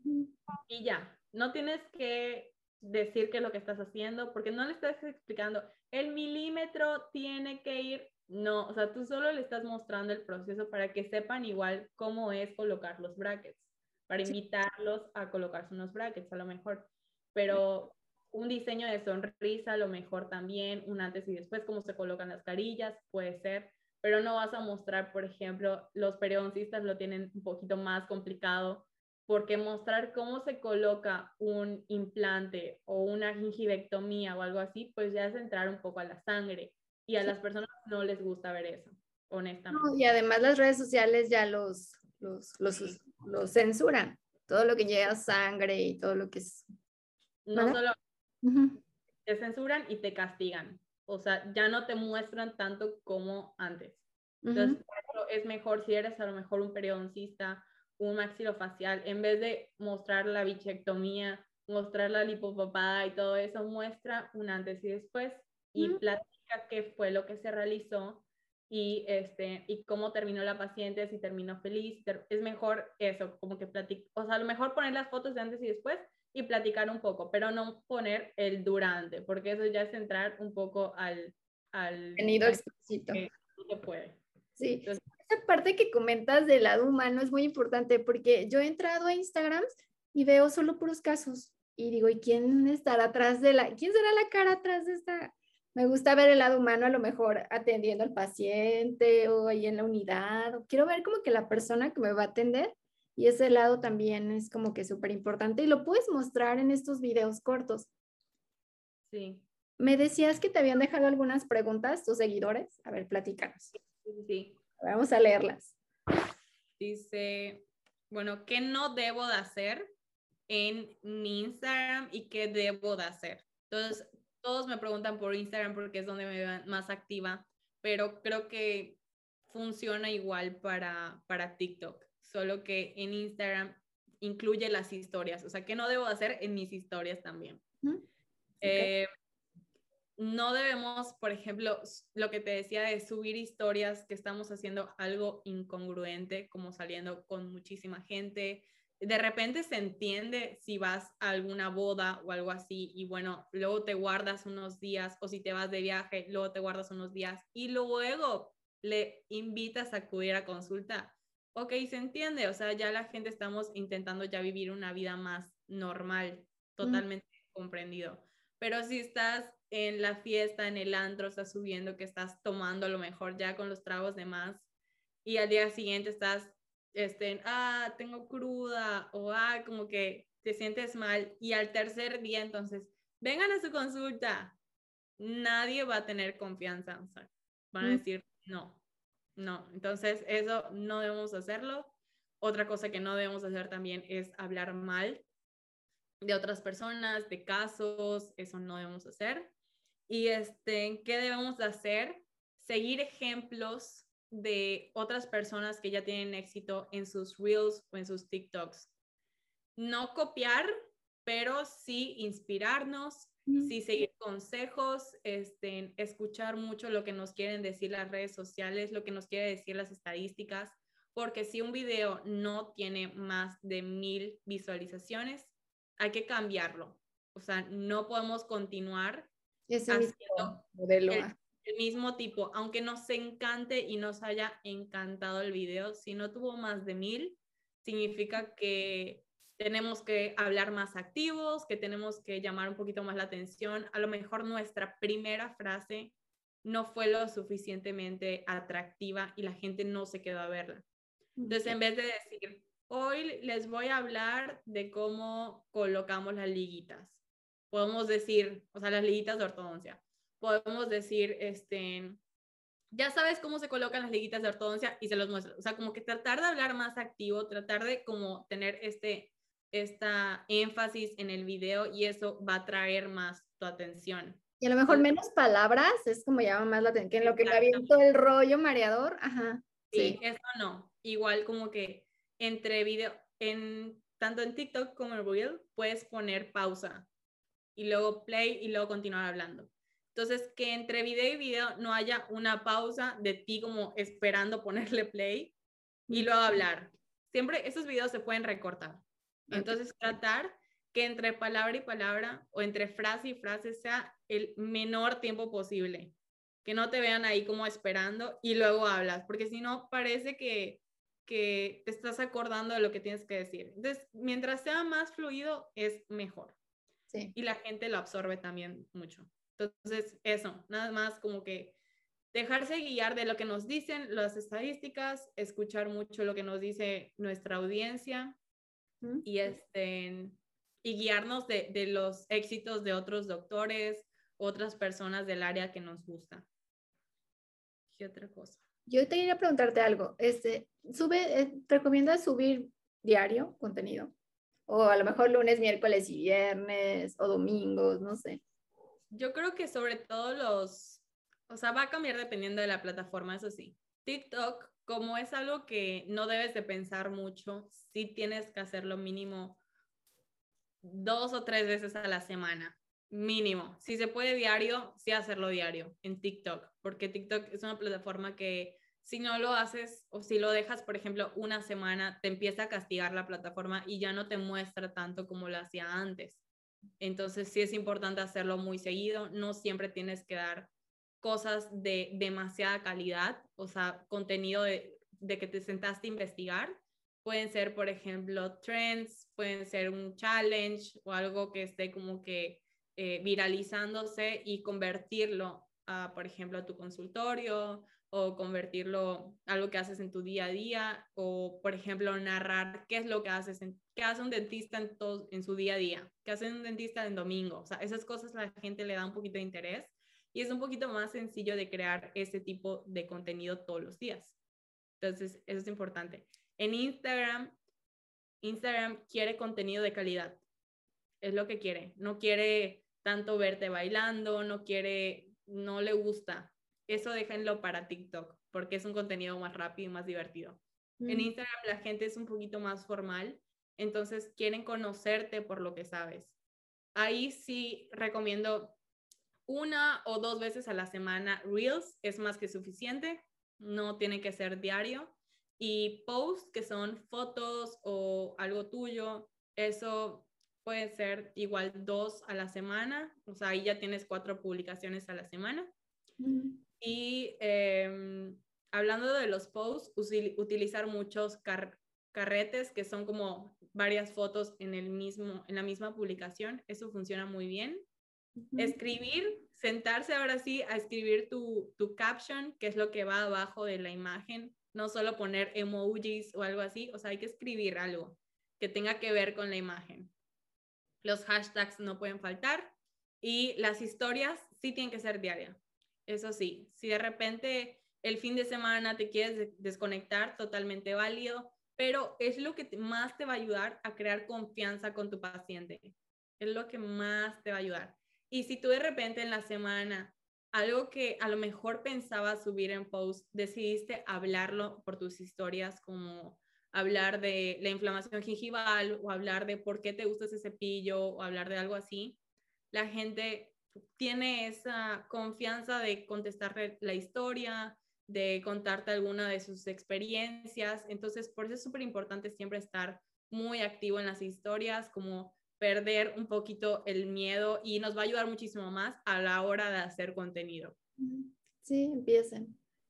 y ya, no tienes que decir qué es lo que estás haciendo, porque no le estás explicando, el milímetro tiene que ir, no, o sea, tú solo le estás mostrando el proceso para que sepan igual cómo es colocar los brackets, para invitarlos a colocarse unos brackets a lo mejor, pero un diseño de sonrisa a lo mejor también, un antes y después, cómo se colocan las carillas, puede ser, pero no vas a mostrar, por ejemplo, los periodoncistas lo tienen un poquito más complicado, porque mostrar cómo se coloca un implante o una gingivectomía o algo así, pues ya es entrar un poco a la sangre y a Sí. las personas no les gusta ver eso, honestamente. No, y además las redes sociales ya los, los, los, Sí. los censuran, todo lo que lleva sangre y todo lo que es... No ¿Vale? solo Uh-huh. te censuran y te castigan, o sea, ya no te muestran tanto como antes. Entonces, Uh-huh. por eso es mejor si eres a lo mejor un periodoncista, un maxilofacial, en vez de mostrar la bichectomía, mostrar la lipopapada y todo eso, muestra un antes y después y Uh-huh. platica qué fue lo que se realizó y, este, y cómo terminó la paciente, si terminó feliz. Es mejor eso, como que platic, o sea, a lo mejor poner las fotos de antes y después y platicar un poco, pero no poner el durante, porque eso ya es entrar un poco al... al, Contenido al explícito. que no se puede. Sí, Entonces, esa parte que comentas del lado humano es muy importante porque yo he entrado a Instagram y veo solo puros casos y digo, ¿y quién estará atrás de la, quién será la cara atrás de esta? Me gusta ver el lado humano, a lo mejor atendiendo al paciente o ahí en la unidad. Quiero ver como que la persona que me va a atender y ese lado también es como que súper importante y lo puedes mostrar en estos videos cortos. sí, Me decías que te habían dejado algunas preguntas tus seguidores. A ver, platícanos. sí, sí. Vamos a leerlas. Dice, bueno, ¿qué no debo de hacer en mi Instagram y qué debo de hacer? Entonces, todos me preguntan por Instagram porque es donde me veo más activa, pero creo que funciona igual para, para TikTok, solo que en Instagram incluye las historias, o sea, ¿qué no debo de hacer en mis historias también? ¿Mm? Okay. Eh, no debemos, por ejemplo, lo que te decía de subir historias que estamos haciendo algo incongruente, como saliendo con muchísima gente. De repente se entiende si vas a alguna boda o algo así y bueno, luego te guardas unos días o si te vas de viaje, luego te guardas unos días y luego le invitas a acudir a consulta. Ok, se entiende, o sea, ya la gente estamos intentando ya vivir una vida más normal, Mm. totalmente comprendido. Pero si estás en la fiesta, en el antro, estás subiendo que estás tomando a lo mejor ya con los tragos de más y al día siguiente estás, este, ah, tengo cruda o ah, como que te sientes mal y al tercer día entonces, vengan a su consulta, nadie va a tener confianza, o sea, van a Mm. decir no, no, entonces eso no debemos hacerlo. Otra cosa que no debemos hacer también es hablar mal de otras personas, de casos, eso no debemos hacer. Y este, ¿qué debemos de hacer? Seguir ejemplos de otras personas que ya tienen éxito en sus reels o en sus TikToks. No copiar, pero sí inspirarnos, Mm. sí seguir consejos, este, escuchar mucho lo que nos quieren decir las redes sociales, lo que nos quieren decir las estadísticas, porque si un video no tiene más de mil visualizaciones, hay que cambiarlo. O sea, no podemos continuar Ese mismo haciendo modelo. el, Ah. el mismo tipo, aunque nos encante y nos haya encantado el video, si no tuvo más de mil, significa que tenemos que hablar más activos, que tenemos que llamar un poquito más la atención. A lo mejor nuestra primera frase no fue lo suficientemente atractiva y la gente no se quedó a verla. Entonces, en vez de decir, hoy les voy a hablar de cómo colocamos las liguitas, podemos decir, o sea, las liguitas de ortodoncia, podemos decir, este, ya sabes cómo se colocan las liguitas de ortodoncia y se los muestro. O sea, como que tratar de hablar más activo, tratar de como tener este, esta énfasis en el video y eso va a atraer más tu atención. Y a lo mejor menos palabras es como llama más la atención, que en lo que me aviento el rollo mareador, ajá. Sí, sí, eso no. Igual como que entre video, en, tanto en TikTok como en Reel, puedes poner pausa y luego play y luego continuar hablando. Entonces, que entre video y video no haya una pausa de ti como esperando ponerle play y luego hablar. Siempre esos videos se pueden recortar. Entonces, okay. Tratar que entre palabra y palabra o entre frase y frase sea el menor tiempo posible. Que no te vean ahí como esperando y luego hablas, porque si no parece que, que te estás acordando de lo que tienes que decir. Entonces, mientras sea más fluido, es mejor. Sí. Y la gente lo absorbe también mucho. Entonces, eso, nada más como que dejarse guiar de lo que nos dicen las estadísticas, escuchar mucho lo que nos dice nuestra audiencia ¿Mm? y, este, y guiarnos de, de los éxitos de otros doctores, otras personas del área que nos gusta. ¿Qué otra cosa? Yo te quería preguntarte algo. Este, sube, eh, ¿recomiendas subir diario contenido? O a lo mejor lunes, miércoles y viernes, o domingos, no sé. Yo creo que sobre todo los, o sea, va a cambiar dependiendo de la plataforma, eso sí. TikTok, como es algo que no debes de pensar mucho, sí tienes que hacerlo mínimo dos o tres veces a la semana, mínimo. Si se puede diario, sí hacerlo diario en TikTok, porque TikTok es una plataforma que si no lo haces o si lo dejas, por ejemplo, una semana, te empieza a castigar la plataforma y ya no te muestra tanto como lo hacía antes. Entonces sí es importante hacerlo muy seguido, no siempre tienes que dar cosas de demasiada calidad, o sea, contenido de, de que te sentaste a investigar. Pueden ser, por ejemplo, trends, pueden ser un challenge o algo que esté como que eh, viralizándose y convertirlo, a, por ejemplo, a tu consultorio o convertirlo a algo que haces en tu día a día o, por ejemplo, narrar qué es lo que haces, en, qué hace un dentista en, todo, en su día a día, qué hace un dentista en domingo. O sea, esas cosas a la gente le da un poquito de interés y es un poquito más sencillo de crear ese tipo de contenido todos los días. Entonces, eso es importante. En Instagram, Instagram quiere contenido de calidad. Es lo que quiere. No quiere tanto verte bailando, no quiere, no le gusta. Eso déjenlo para TikTok, porque es un contenido más rápido y más divertido. Mm. En Instagram la gente es un poquito más formal, entonces quieren conocerte por lo que sabes. Ahí sí recomiendo una o dos veces a la semana Reels, es más que suficiente, no tiene que ser diario. Y posts, que son fotos o algo tuyo, eso puede ser igual dos a la semana, o sea, ahí ya tienes cuatro publicaciones a la semana. Mm. Y eh, hablando de los posts, utilizar muchos car carretes, que son como varias fotos en, el mismo, en la misma publicación, eso funciona muy bien. Uh-huh. Escribir, sentarse ahora sí a escribir tu, tu caption, que es lo que va abajo de la imagen, no solo poner emojis o algo así, o sea, hay que escribir algo que tenga que ver con la imagen. Los hashtags no pueden faltar y las historias sí tienen que ser diarias. Eso sí, si de repente el fin de semana te quieres desconectar, totalmente válido, pero es lo que más te va a ayudar a crear confianza con tu paciente. Es lo que más te va a ayudar. Y si tú de repente en la semana, algo que a lo mejor pensabas subir en post, decidiste hablarlo por tus historias, como hablar de la inflamación gingival o hablar de por qué te gusta ese cepillo o hablar de algo así, la gente tiene esa confianza de contestar la historia, de contarte alguna de sus experiencias. Entonces, por eso es súper importante siempre estar muy activo en las historias, como perder un poquito el miedo y nos va a ayudar muchísimo más a la hora de hacer contenido. Sí, empiecen.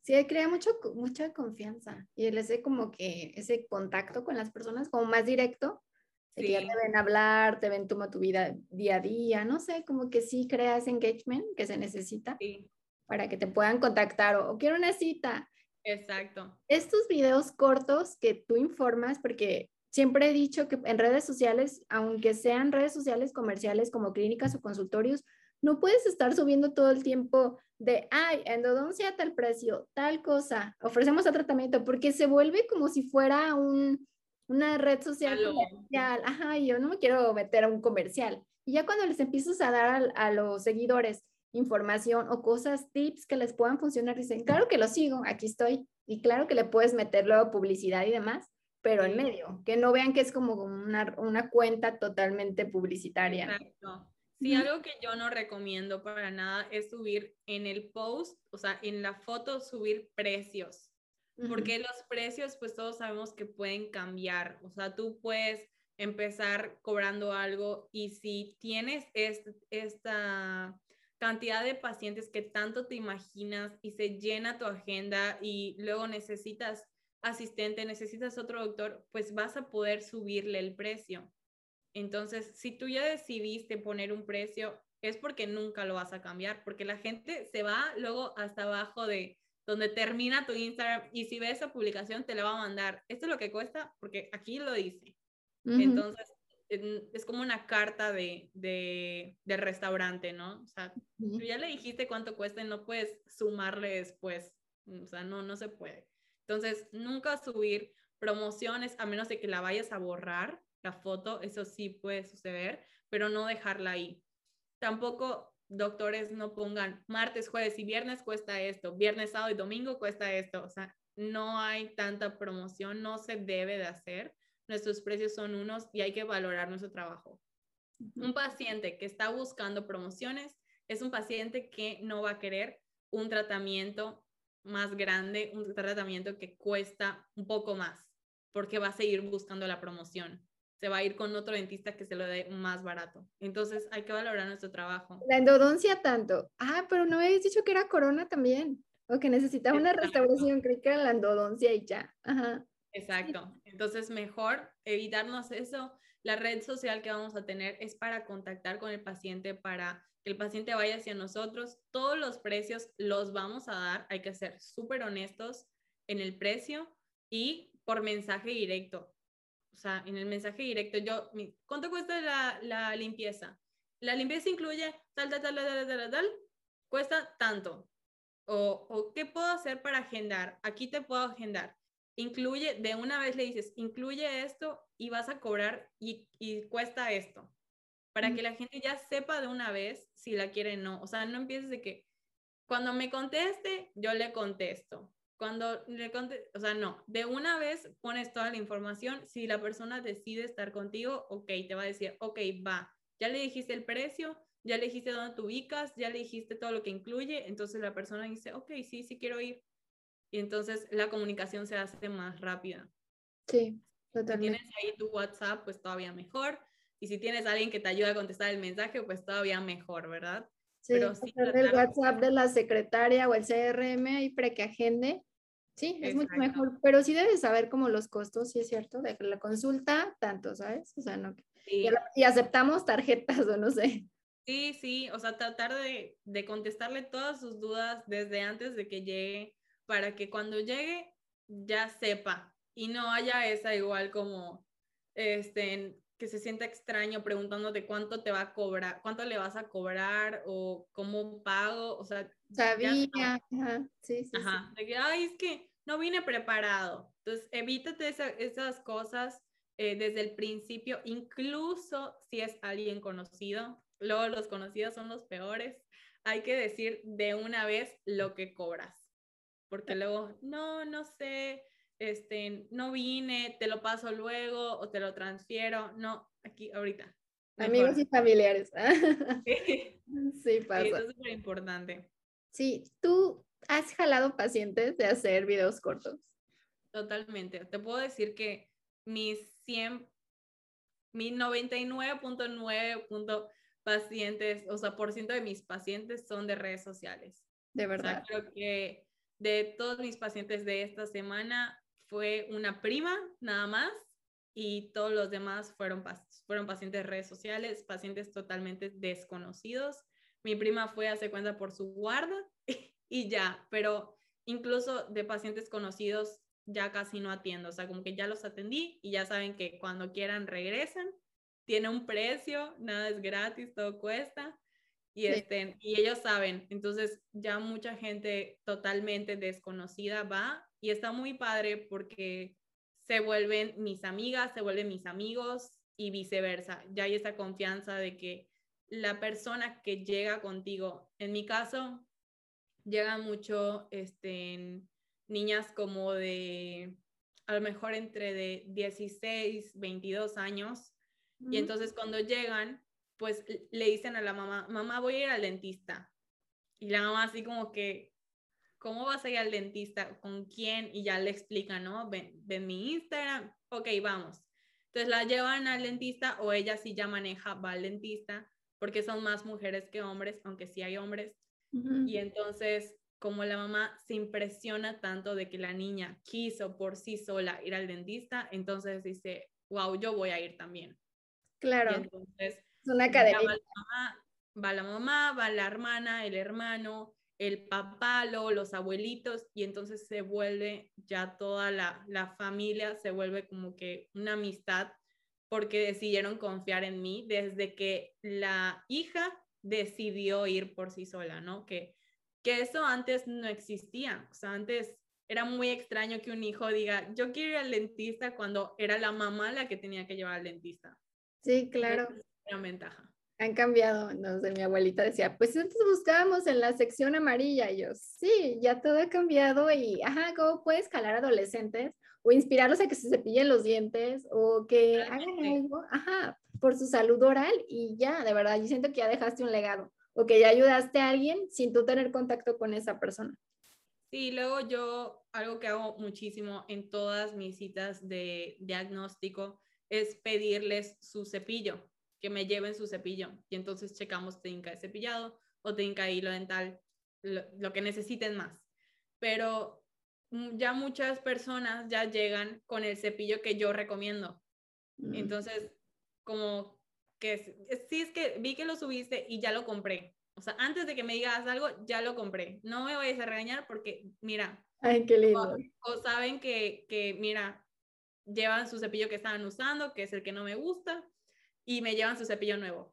Sí, crea mucho, mucha confianza y él ese como que ese contacto con las personas como más directo, de que ya te Sí, ven hablar, te ven como tu vida día a día, no sé, como que sí crea ese engagement que se necesita sí, para que te puedan contactar o, o quiero una cita. exacto. Estos videos cortos que tú informas, porque siempre he dicho que en redes sociales, aunque sean redes sociales comerciales como clínicas o consultorios, no puedes estar subiendo todo el tiempo de, ay, endodoncia a tal precio, tal cosa, ofrecemos el tratamiento, porque se vuelve como si fuera un, una red social Aló. comercial. Ajá, y yo no me quiero meter a un comercial. Y ya cuando les empiezas a dar a, a los seguidores información o cosas, tips que les puedan funcionar, dicen, claro que lo sigo, aquí estoy. Y claro que le puedes meter luego publicidad y demás, pero en Sí, medio, que no vean que es como una, una cuenta totalmente publicitaria. exacto. Sí, Ujú, algo que yo no recomiendo para nada es subir en el post, o sea, en la foto, subir precios, ujú. porque los precios, pues todos sabemos que pueden cambiar. O sea, tú puedes empezar cobrando algo y si tienes este, esta cantidad de pacientes que tanto te imaginas y se llena tu agenda y luego necesitas asistente, necesitas otro doctor, pues vas a poder subirle el precio. Entonces, si tú ya decidiste poner un precio, es porque nunca lo vas a cambiar, porque la gente se va luego hasta abajo de donde termina tu Instagram y si ve esa publicación te la va a mandar. Esto es lo que cuesta porque aquí lo dice. Ujú, Entonces, es como una carta de, de, de restaurante, ¿no? O sea, tú ujú. ya le dijiste cuánto cuesta y no puedes sumarle después. O sea, no, no se puede. Entonces, nunca subir promociones a menos de que la vayas a borrar, la foto, eso sí puede suceder, pero no dejarla ahí. Tampoco doctores no pongan martes, jueves y viernes cuesta esto, viernes, sábado y domingo cuesta esto. O sea, no hay tanta promoción, no se debe de hacer. Nuestros precios son unos y hay que valorar nuestro trabajo. Un paciente que está buscando promociones es un paciente que no va a querer un tratamiento más grande, un tratamiento que cuesta un poco más, porque va a seguir buscando la promoción. Se va a ir con otro dentista que se lo dé más barato. Entonces hay que valorar nuestro trabajo. La endodoncia tanto. Ah, pero no me habías dicho que era corona también, o que necesitaba una Exacto. restauración, creí que era la endodoncia y ya. Ajá. Sí. Exacto. Entonces, mejor evitarnos eso. La red social que vamos a tener es para contactar con el paciente, para que el paciente vaya hacia nosotros. Todos los precios los vamos a dar. Hay que ser súper honestos en el precio y por mensaje directo. O sea, en el mensaje directo, yo, ¿cuánto cuesta la, la limpieza? La limpieza incluye tal, tal, tal, tal, tal, tal, tal, cuesta tanto. O, o qué puedo hacer para agendar. Aquí te puedo agendar. Incluye, de una vez le dices, incluye esto y vas a cobrar y, y cuesta esto. Para Mm. que la gente ya sepa de una vez si la quiere o no. O sea, no empieces de que cuando me conteste, yo le contesto. Cuando le conteste, o sea, no, de una vez pones toda la información. Si la persona decide estar contigo, ok, te va a decir, ok, va. Ya le dijiste el precio, ya le dijiste dónde te ubicas, ya le dijiste todo lo que incluye. Entonces la persona dice, ok, sí, sí quiero ir. Y entonces la comunicación se hace más rápida. Sí, Si tienes totalmente. ahí tu WhatsApp, pues todavía mejor. Y si tienes a alguien que te ayude a contestar el mensaje, pues todavía mejor, ¿verdad? Sí, Pero sí pasarle el tratar de WhatsApp de la secretaria o el C R M ahí para que agende. Sí, es mucho exacto. mejor, pero sí debes saber como los costos, sí es cierto, de la consulta, tanto, ¿sabes? O sea, no. Y, Sí, y aceptamos tarjetas o no sé. sí, sí, o sea, tratar de, de contestarle todas sus dudas desde antes de que llegue, para que cuando llegue ya sepa y no haya esa igual como, este, que se sienta extraño preguntándote cuánto te va a cobrar, cuánto le vas a cobrar o cómo pago, o sea, ya Sabía, sabes, ajá, sí, sí, sí. ajá, de que, ay, es que no vine preparado. Entonces, evítate esa, esas cosas eh, desde el principio, incluso si es alguien conocido. Luego los conocidos son los peores. Hay que decir de una vez lo que cobras, porque luego, no, no sé, este, no vine, te lo paso luego o te lo transfiero. No, aquí, ahorita, Amigos mejor. y familiares. Sí, Sí, pasa. eso es súper importante. Sí, ¿tú has jalado pacientes de hacer videos cortos? Totalmente. Te puedo decir que mis cien mi noventa y nueve punto nueve pacientes, o sea, por ciento de mis pacientes son de redes sociales. De O sea, verdad. creo que de todos mis pacientes de esta semana fue una prima nada más y todos los demás fueron, fueron pacientes de redes sociales, pacientes totalmente desconocidos. Mi prima fue, hace cuenta, por su guarda y ya, pero incluso de pacientes conocidos ya casi no atiendo, o sea, como que ya los atendí y ya saben que cuando quieran regresan, tiene un precio, nada es gratis, todo cuesta. Y, este, sí. y ellos saben, entonces ya mucha gente totalmente desconocida va y está muy padre porque se vuelven mis amigas, se vuelven mis amigos y viceversa. Ya hay esa confianza de que la persona que llega contigo, en mi caso, llega mucho este, niñas como de, a lo mejor entre de dieciséis, veintidós años, mm. y entonces cuando llegan, pues le dicen a la mamá, mamá, voy a ir al dentista. Y la mamá así como que, ¿cómo vas a ir al dentista? ¿Con quién? Y ya le explican, ¿no? Ven, ven mi Instagram, ok, vamos. Entonces la llevan al dentista o ella sí ya maneja, va al dentista, porque son más mujeres que hombres, aunque sí hay hombres. Uh-huh. Y entonces, como la mamá se impresiona tanto de que la niña quiso por sí sola ir al dentista, entonces dice, wow, yo voy a ir también. Claro. Y entonces, es una cadena. Va la mamá, va la mamá, va la hermana, el hermano, el papá, luego los abuelitos, y entonces se vuelve ya toda la, la familia, se vuelve como que una amistad, porque decidieron confiar en mí desde que la hija decidió ir por sí sola, ¿no? Que, que eso antes no existía, o sea, antes era muy extraño que un hijo diga, yo quiero ir al dentista cuando era la mamá la que tenía que llevar al dentista. Sí, claro. Entonces, era ventaja. Han cambiado, no sé, mi abuelita decía, pues antes buscábamos en la sección amarilla, y yo, sí, ya todo ha cambiado y, ajá, ¿cómo puedes jalar adolescentes o inspirarlos a que se cepillen los dientes o que Realmente. hagan algo, ajá, por su salud oral y ya, de verdad, yo siento que ya dejaste un legado o que ya ayudaste a alguien sin tú tener contacto con esa persona. Sí, luego yo, algo que hago muchísimo en todas mis citas de diagnóstico es pedirles su cepillo, que me lleven su cepillo y entonces checamos técnica de cepillado o técnica de hilo dental, lo, lo que necesiten más. Pero ya muchas personas ya llegan con el cepillo que yo recomiendo. Mm. Entonces, como que sí, es que vi que lo subiste y ya lo compré. O sea, antes de que me digas algo, ya lo compré. No me vayas a regañar porque, mira. Ay, qué lindo. O, o saben que, que, mira, llevan su cepillo que estaban usando, que es el que no me gusta, y me llevan su cepillo nuevo.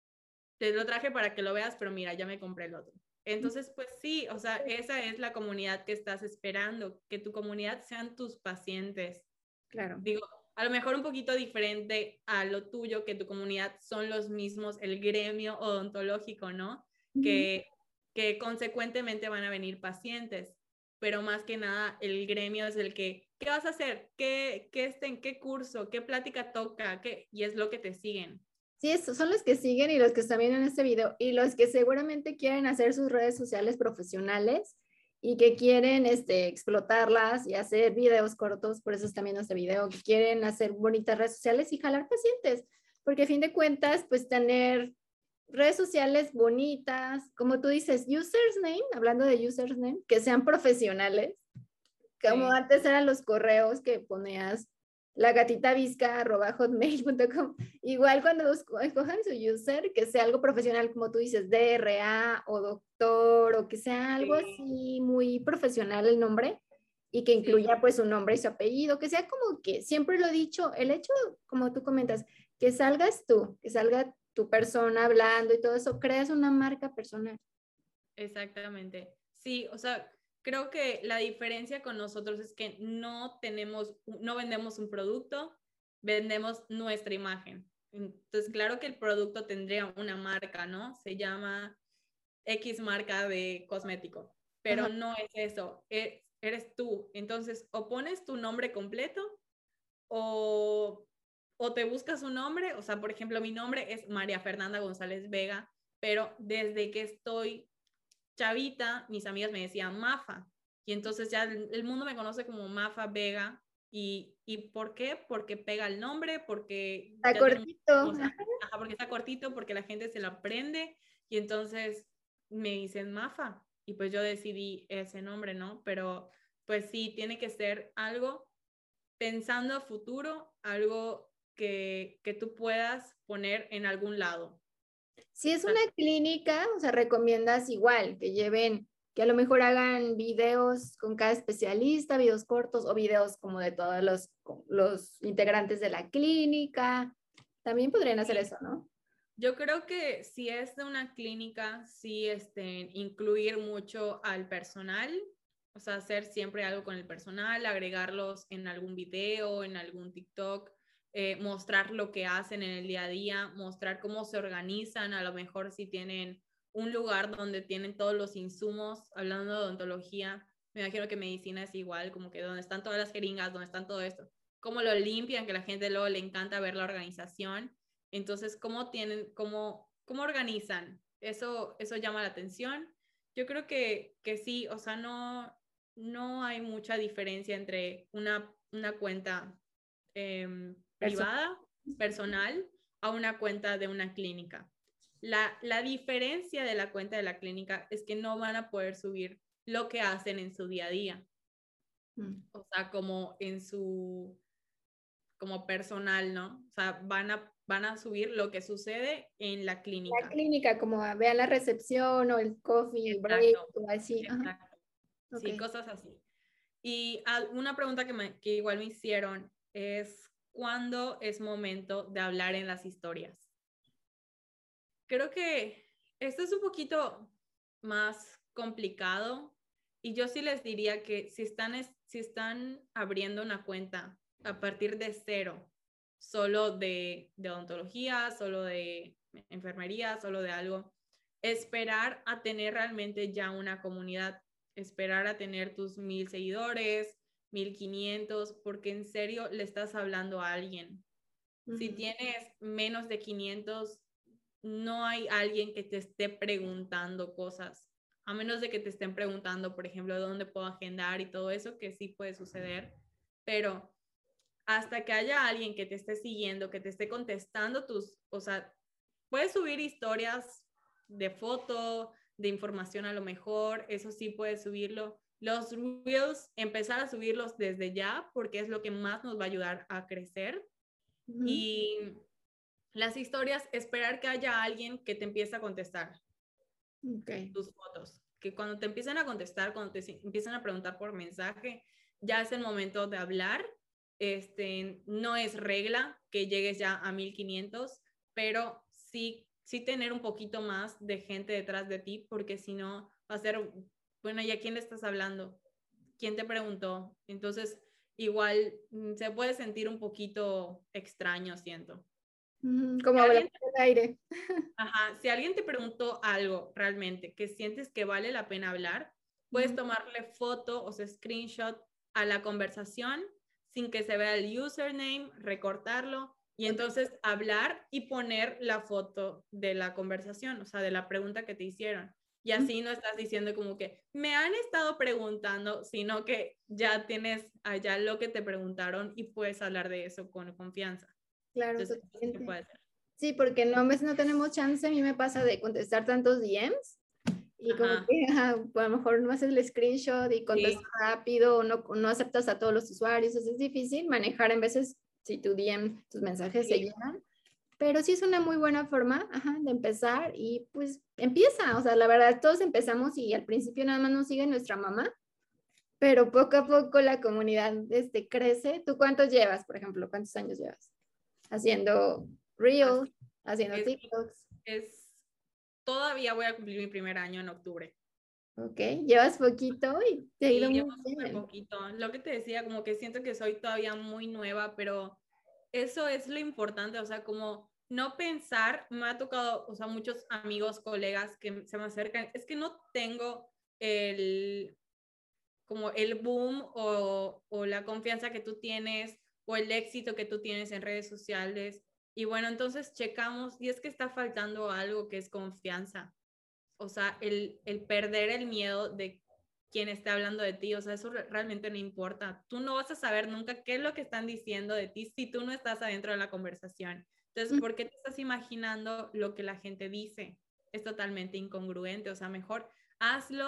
Te lo traje para que lo veas, pero mira, ya me compré el otro. Entonces, pues sí, o sea, esa es la comunidad que estás esperando, que tu comunidad sean tus pacientes. Claro. Digo, a lo mejor un poquito diferente a lo tuyo, que tu comunidad son los mismos, el gremio odontológico, ¿no? Uh-huh. Que, que consecuentemente van a venir pacientes, pero más que nada el gremio es el que, ¿qué vas a hacer? ¿Qué, qué este, en qué curso? ¿Qué plática toca? ¿Qué? Y es lo que te siguen. Sí, estos son los que siguen y los que están viendo en este video y los que seguramente quieren hacer sus redes sociales profesionales y que quieren este, explotarlas y hacer videos cortos, por eso están viendo este video, que quieren hacer bonitas redes sociales y jalar pacientes, porque a fin de cuentas, pues tener redes sociales bonitas, como tú dices, users name, hablando de users name, que sean profesionales, como sí. Antes eran los correos que ponías la gatita visca arroba hotmail punto com. Igual cuando escojan su user, que sea algo profesional, como tú dices, D R A o doctor, o que sea algo sí. así muy profesional el nombre y que incluya sí. pues su nombre y su apellido, que sea como que, siempre lo he dicho, el hecho, como tú comentas, que salgas tú, que salga tu persona hablando y todo eso, creas una marca personal. Exactamente. Sí, o sea, creo que la diferencia con nosotros es que no tenemos, no vendemos un producto, vendemos nuestra imagen. Entonces, claro que el producto tendría una marca, ¿no? Se llama X marca de cosmético, pero Ajá. no es eso, es, eres tú. Entonces, o pones tu nombre completo o, o te buscas un nombre. O sea, por ejemplo, mi nombre es María Fernanda González Vega, pero desde que estoy chavita, mis amigas me decían Mafa, y entonces ya el, el mundo me conoce como Mafa Vega. ¿Y, ¿Y por qué? Porque pega el nombre, porque está cortito. O sea, ajá, porque está cortito, porque la gente se lo aprende, y entonces me dicen Mafa. y pues yo decidí ese nombre, ¿no? Pero pues sí, tiene que ser algo pensando a futuro, algo que, que tú puedas poner en algún lado. Si es una clínica, o sea, recomiendas igual que lleven, que a lo mejor hagan videos con cada especialista, videos cortos o videos como de todos los, los integrantes de la clínica. También podrían hacer Sí. eso, ¿no? Yo creo que si es de una clínica, sí este, incluir mucho al personal, o sea, hacer siempre algo con el personal, agregarlos en algún video, en algún TikTok, eh, mostrar lo que hacen en el día a día, mostrar cómo se organizan, a lo mejor si tienen un lugar donde tienen todos los insumos, hablando de odontología, me imagino que medicina es igual, como que donde están todas las jeringas, donde están todo esto, cómo lo limpian, que a la gente luego le encanta ver la organización. Entonces, ¿cómo tienen, cómo, cómo organizan? Eso, eso llama la atención. Yo creo que, que sí, o sea, no, no hay mucha diferencia entre una, una cuenta eh, privada, personal, a una cuenta de una clínica. La, la diferencia de la cuenta de la clínica es que no van a poder subir lo que hacen en su día a día. Mm. O sea, como en su, como personal, ¿no? O sea, van a, van a subir lo que sucede en la clínica. La clínica, como a, vean la recepción o el coffee break Exacto, o así. exacto. Ajá. Sí, Okay. cosas así. Y una pregunta que, me, que igual me hicieron es, ¿cuándo es momento de hablar en las historias? Creo que esto es un poquito más complicado y yo sí les diría que si están, si están abriendo una cuenta a partir de cero, solo de, de odontología, solo de enfermería, solo de algo, esperar a tener realmente ya una comunidad, esperar a tener tus mil seguidores, mil quinientos, porque en serio le estás hablando a alguien. Uh-huh. Si tienes menos de quinientos, no hay alguien que te esté preguntando cosas, a menos de que te estén preguntando, por ejemplo, dónde puedo agendar y todo eso, que sí puede suceder, pero hasta que haya alguien que te esté siguiendo, que te esté contestando tus, o sea, puedes subir historias de foto, de información a lo mejor, eso sí puedes subirlo. Los reels, empezar a subirlos desde ya, porque es lo que más nos va a ayudar a crecer. Uh-huh. Y las historias, esperar que haya alguien que te empiece a contestar okay. tus fotos. Que cuando te empiecen a contestar, cuando te empiecen a preguntar por mensaje, ya es el momento de hablar. Este, no es regla que llegues ya a mil quinientos, pero sí, sí tener un poquito más de gente detrás de ti, porque si no va a ser, bueno, ¿y a quién le estás hablando? ¿Quién te preguntó? Entonces, igual se puede sentir un poquito extraño, siento. Como si alguien, el aire. Ajá, si alguien te preguntó algo realmente que sientes que vale la pena hablar, puedes uh-huh. tomarle foto o sea, screenshot a la conversación sin que se vea el username, recortarlo y entonces hablar y poner la foto de la conversación, o sea, de la pregunta que te hicieron. Y así no estás diciendo como que me han estado preguntando, sino que ya tienes allá lo que te preguntaron y puedes hablar de eso con confianza. Claro, entonces, ¿qué puede hacer? Sí, porque no, a veces no tenemos chance, a mí me pasa de contestar tantos D Ms y ajá. como que ajá, a lo mejor no haces el screenshot y contestas sí. rápido o no, no aceptas a todos los usuarios, es difícil manejar en veces si tu D M, tus mensajes sí. se llenan, pero sí es una muy buena forma ajá, de empezar y pues empieza, o sea, la verdad todos empezamos y al principio nada más nos sigue nuestra mamá, pero poco a poco la comunidad este, crece. ¿Tú cuántos llevas, por ejemplo? ¿Cuántos años llevas haciendo Reels, haciendo es, TikToks? Es, todavía voy a cumplir mi primer año en octubre. Ok, llevas poquito y te ha ido sí, muy llevo bien. poquito. Lo que te decía, como que siento que soy todavía muy nueva, pero eso es lo importante, o sea, como no pensar, me ha tocado, o sea, muchos amigos, colegas que se me acercan, es que no tengo el, como el boom o, o la confianza que tú tienes o el éxito que tú tienes en redes sociales. Y bueno, entonces checamos y es que está faltando algo que es confianza. O sea, el, el perder el miedo de quien está hablando de ti, o sea, eso realmente no importa. Tú no vas a saber nunca qué es lo que están diciendo de ti si tú no estás adentro de la conversación. Entonces, ¿por qué te estás imaginando lo que la gente dice? Es totalmente incongruente, o sea, mejor hazlo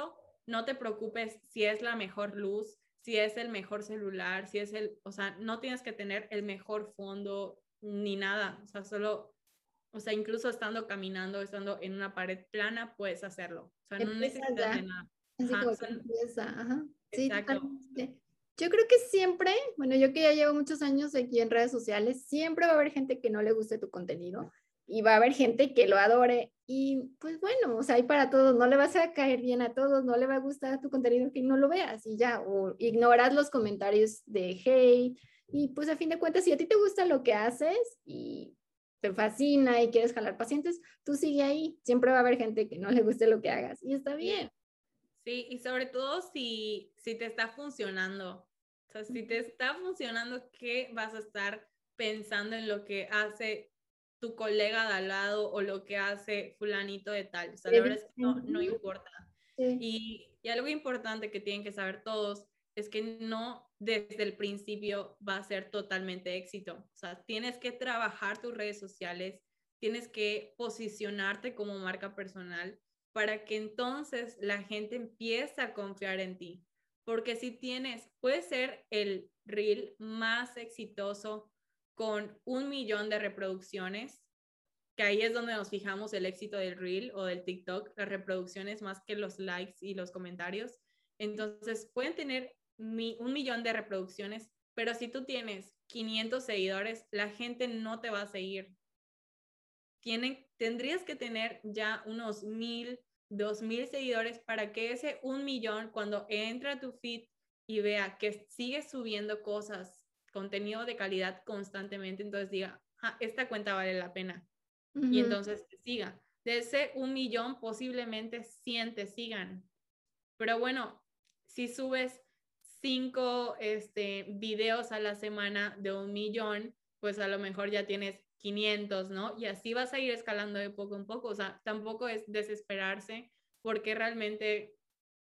no te preocupes si es la mejor luz, si es el mejor celular, si es el, o sea, no tienes que tener el mejor fondo ni nada, o sea, solo, o sea, incluso estando caminando, estando en una pared plana, puedes hacerlo, o sea, no Empieza necesitas de ya, nada. así Ajá, como o que sea, empieza, ajá, sí, exacto. totalmente. Yo creo que siempre, bueno, yo que ya llevo muchos años aquí en redes sociales, siempre va a haber gente que no le guste tu contenido y va a haber gente que lo adore y pues bueno, o sea, hay para todos, no le vas a caer bien a todos, no le va a gustar tu contenido que no lo veas y ya, o ignoras los comentarios de hate y pues a fin de cuentas, si a ti te gusta lo que haces y te fascina y quieres jalar pacientes, tú sigue ahí, siempre va a haber gente que no le guste lo que hagas y está bien. Sí, sí, y sobre todo si, si te está funcionando. O sea, si te está funcionando, ¿qué vas a estar pensando en lo que hace tu colega de al lado o lo que hace fulanito de tal? O sea, la verdad es que no, no importa. Sí. Y, y algo importante que tienen que saber todos es que no desde el principio va a ser totalmente éxito. O sea, tienes que trabajar tus redes sociales, tienes que posicionarte como marca personal para que entonces la gente empiece a confiar en ti. Porque si tienes, puede ser el reel más exitoso con un millón de reproducciones, que ahí es donde nos fijamos el éxito del reel o del TikTok, las reproducciones más que los likes y los comentarios. Entonces, pueden tener mi, un millón de reproducciones, pero si tú tienes quinientos seguidores, la gente no te va a seguir. Tienen, tendrías que tener ya unos mil, dos mil seguidores para que ese un millón, cuando entre a tu feed y vea que sigues subiendo cosas, contenido de calidad constantemente, entonces diga, ah, esta cuenta vale la pena. Y Uh-huh. entonces te siga. De ese un millón, posiblemente cien te sigan. Pero bueno, si subes cinco este, videos a la semana de un millón, pues a lo mejor ya tienes quinientos, ¿no? Y así vas a ir escalando de poco en poco. O sea, tampoco es desesperarse porque realmente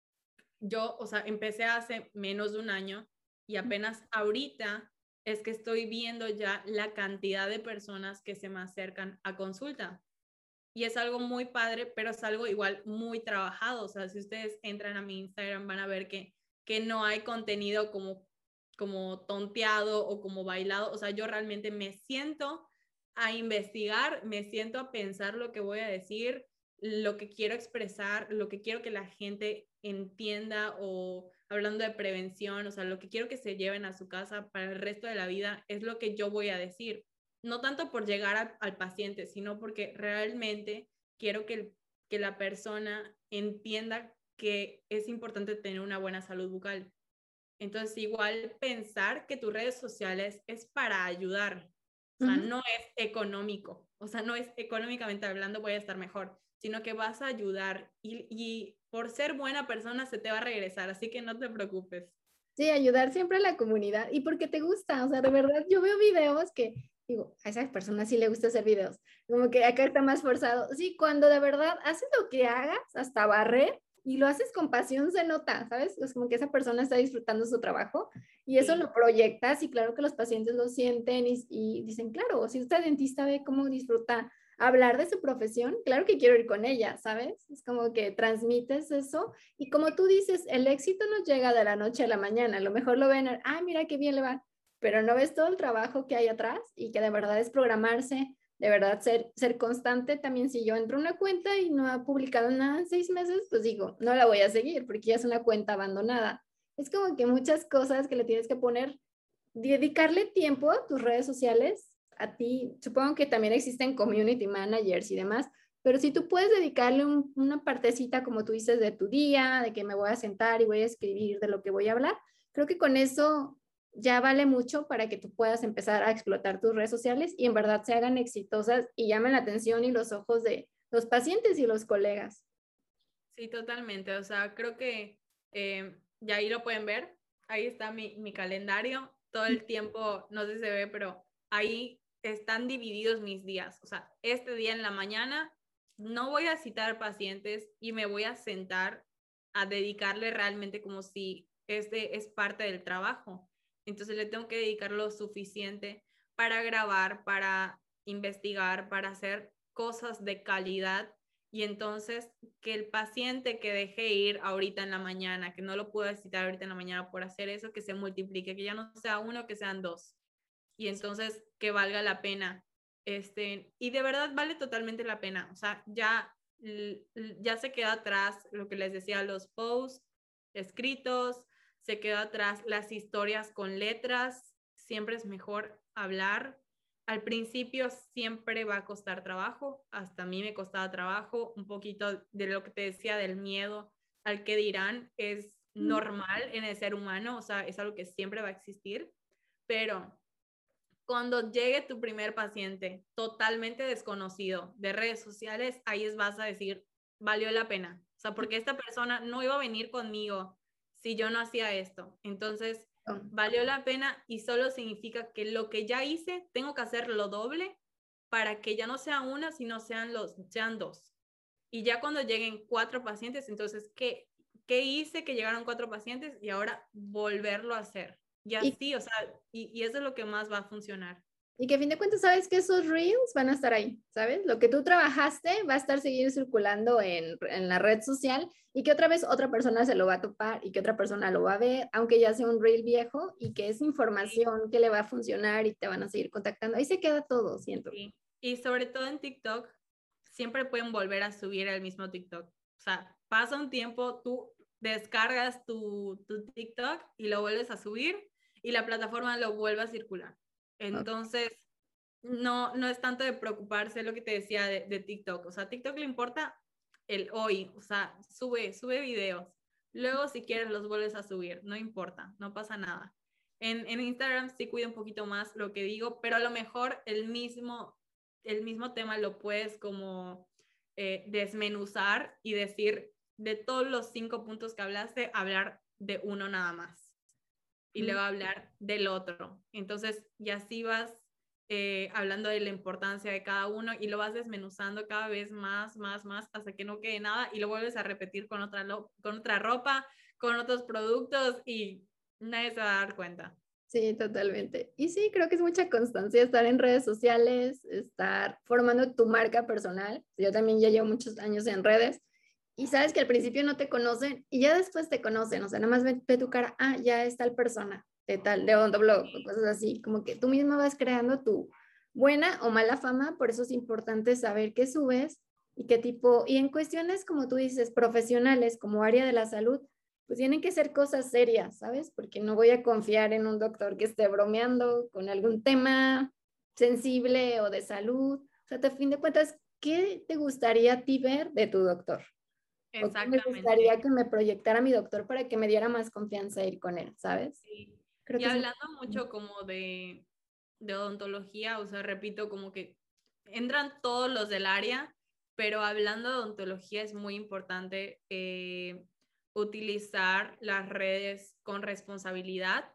yo, o sea, empecé hace menos de un año y apenas ahorita es que estoy viendo ya la cantidad de personas que se me acercan a consulta. Y es algo muy padre, pero es algo igual muy trabajado. O sea, si ustedes entran a mi Instagram van a ver que, que no hay contenido como, como tonteado o como bailado. O sea, yo realmente me siento a investigar, me siento a pensar lo que voy a decir, lo que quiero expresar, lo que quiero que la gente entienda o hablando de prevención, o sea, lo que quiero que se lleven a su casa para el resto de la vida es lo que yo voy a decir. No tanto por llegar a, al paciente, sino porque realmente quiero que, el, que la persona entienda que es importante tener una buena salud bucal. Entonces, igual pensar que tus redes sociales es para ayudar, o sea, Uh-huh. no es económico, o sea, no es económicamente hablando voy a estar mejor, sino que vas a ayudar y, y por ser buena persona se te va a regresar, así que no te preocupes. Sí, ayudar siempre a la comunidad y porque te gusta, o sea, de verdad, yo veo videos que digo, a esa persona sí le gusta hacer videos, como que acá está más forzado. Sí, cuando de verdad haces lo que hagas, hasta barrer, y lo haces con pasión, se nota, ¿sabes? Es como que esa persona está disfrutando su trabajo y eso Sí. lo proyectas y claro que los pacientes lo sienten y, y dicen, claro, si esta dentista ve cómo disfruta hablar de su profesión, claro que quiero ir con ella, ¿sabes? Es como que transmites eso y como tú dices, el éxito no llega de la noche a la mañana, a lo mejor lo ven, ah, mira qué bien le va, pero no ves todo el trabajo que hay atrás y que de verdad es programarse, de verdad ser, ser constante. También si yo entro a una cuenta y no ha publicado nada en seis meses, pues digo, no la voy a seguir porque ya es una cuenta abandonada. Es como que muchas cosas que le tienes que poner, dedicarle tiempo a tus redes sociales, a ti, supongo que también existen community managers y demás, pero si tú puedes dedicarle un, una partecita, como tú dices, de tu día, de que me voy a sentar y voy a escribir de lo que voy a hablar, creo que con eso ya vale mucho para que tú puedas empezar a explotar tus redes sociales y en verdad se hagan exitosas y llamen la atención y los ojos de los pacientes y los colegas. Sí, totalmente. O sea, creo que eh, ya ahí lo pueden ver. Ahí está mi, mi calendario. Todo el tiempo, no sé si se ve, pero ahí están divididos mis días. O sea, este día en la mañana no voy a citar pacientes y me voy a sentar a dedicarle realmente como si este es parte del trabajo. Entonces le tengo que dedicar lo suficiente para grabar, para investigar, para hacer cosas de calidad Y entonces que el paciente que deje ir ahorita en la mañana, que no lo pueda citar ahorita en la mañana por hacer eso, que se multiplique, que ya no sea uno, que sean dos. Y entonces que valga la pena. Este, y de verdad vale totalmente la pena. O sea, ya, ya se queda atrás lo que les decía, los posts escritos, se queda atrás las historias con letras. Siempre es mejor hablar. Al principio siempre va a costar trabajo, hasta a mí me costaba trabajo, un poquito de lo que te decía del miedo al que dirán, es normal en el ser humano, o sea, es algo que siempre va a existir, pero cuando llegue tu primer paciente totalmente desconocido de redes sociales, ahí es vas a decir, valió la pena, o sea, porque esta persona no iba a venir conmigo si yo no hacía esto, entonces valió la pena y solo significa que lo que ya hice, tengo que hacer lo doble para que ya no sea una, sino sean, los, sean dos. Y ya cuando lleguen cuatro pacientes, entonces, ¿qué, qué hice que llegaron cuatro pacientes? Y ahora volverlo a hacer. Y así, o sea, y, y eso es lo que más va a funcionar. Y que a fin de cuentas sabes que esos reels van a estar ahí, ¿sabes? Lo que tú trabajaste va a estar seguir circulando en, en la red social y que otra vez otra persona se lo va a topar y que otra persona lo va a ver, aunque ya sea un reel viejo y que es información sí. que le va a funcionar y te van a seguir contactando. Ahí se queda todo, siento. Sí. Y sobre todo en TikTok, siempre pueden volver a subir el mismo TikTok. O sea, pasa un tiempo, tú descargas tu, tu TikTok y lo vuelves a subir y la plataforma lo vuelve a circular. Entonces, okay. no, no es tanto de preocuparse lo que te decía de, de TikTok. O sea, a TikTok le importa el hoy. O sea, sube, sube videos. Luego, si quieres, los vuelves a subir. No importa, no pasa nada. En, en Instagram sí cuido un poquito más lo que digo, pero a lo mejor el mismo, el mismo tema lo puedes como eh, desmenuzar y decir de todos los cinco puntos que hablaste, hablar de uno nada más. Y luego hablar del otro. Entonces, y así vas eh, hablando de la importancia de cada uno y lo vas desmenuzando cada vez más, más, más, hasta que no quede nada y lo vuelves a repetir con otra, con otra ropa, con otros productos y nadie se va a dar cuenta. Sí, totalmente. Y sí, creo que es mucha constancia estar en redes sociales, estar formando tu marca personal. Yo también ya llevo muchos años en redes. Y sabes que al principio no te conocen y ya después te conocen, o sea, nada más ve, ve tu cara, ah, ya es tal persona, de tal, de Odontoblog, o cosas así, como que tú misma vas creando tu buena o mala fama, por eso es importante saber qué subes y qué tipo, y en cuestiones, como tú dices, profesionales, como área de la salud, pues tienen que ser cosas serias, ¿sabes? Porque no voy a confiar en un doctor que esté bromeando con algún tema sensible o de salud, o sea, a fin de cuentas, ¿qué te gustaría a ti ver de tu doctor? Exactamente. Me gustaría que me proyectara mi doctor para que me diera más confianza ir con él, ¿sabes? Sí. Creo y que hablando es... mucho como de, de odontología, o sea, repito, como que entran todos los del área, pero hablando de odontología es muy importante eh, utilizar las redes con responsabilidad,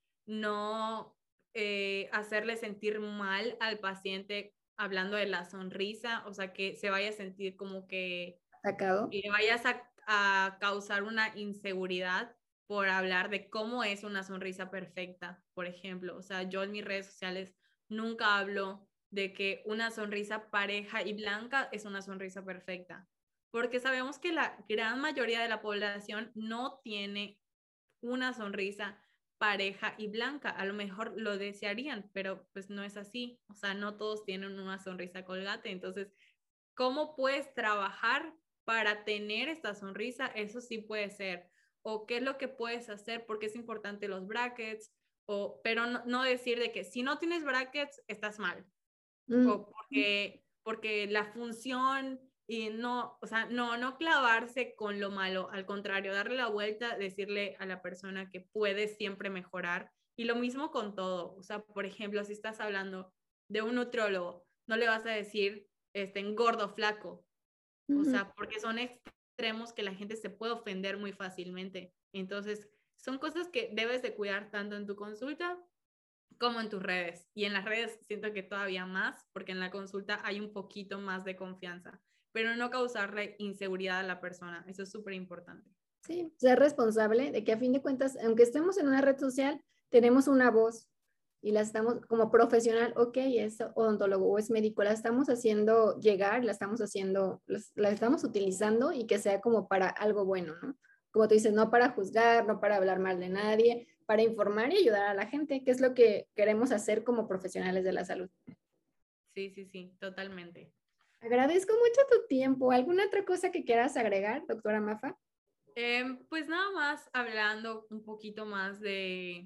no eh, hacerle sentir mal al paciente hablando de la sonrisa, o sea, que se vaya a sentir como que Atacado. le vayas a, a causar una inseguridad por hablar de cómo es una sonrisa perfecta, por ejemplo. O sea, yo en mis redes sociales nunca hablo de que una sonrisa pareja y blanca es una sonrisa perfecta, porque sabemos que la gran mayoría de la población no tiene una sonrisa pareja y blanca. A lo mejor lo desearían, pero pues no es así. O sea, no todos tienen una sonrisa colgate. Entonces, ¿cómo puedes trabajar para tener esta sonrisa? Eso sí puede ser. O qué es lo que puedes hacer, porque es importante los brackets, o, pero no, no decir de que si no tienes brackets, estás mal. Mm. O porque, porque la función y no, o sea, no, no clavarse con lo malo, al contrario, darle la vuelta, decirle a la persona que puede siempre mejorar. Y lo mismo con todo. O sea, por ejemplo, si estás hablando de un nutriólogo, no le vas a decir este, gordo, flaco. O sea, porque son extremos que la gente se puede ofender muy fácilmente. Entonces, son cosas que debes de cuidar tanto en tu consulta como en tus redes. Y en las redes siento que todavía más, porque en la consulta hay un poquito más de confianza, pero no causarle inseguridad a la persona. Eso es súper importante. Sí, ser responsable de que a fin de cuentas, aunque estemos en una red social, tenemos una voz y la estamos como profesional, ok, es odontólogo o es médico, la estamos haciendo llegar, la estamos haciendo, la estamos utilizando y que sea como para algo bueno, ¿no? Como tú dices, no para juzgar, no para hablar mal de nadie, para informar y ayudar a la gente, que es lo que queremos hacer como profesionales de la salud. Sí, sí, sí, totalmente. Agradezco mucho tu tiempo. ¿Alguna otra cosa que quieras agregar, doctora Mafa? Eh, pues nada más hablando un poquito más de,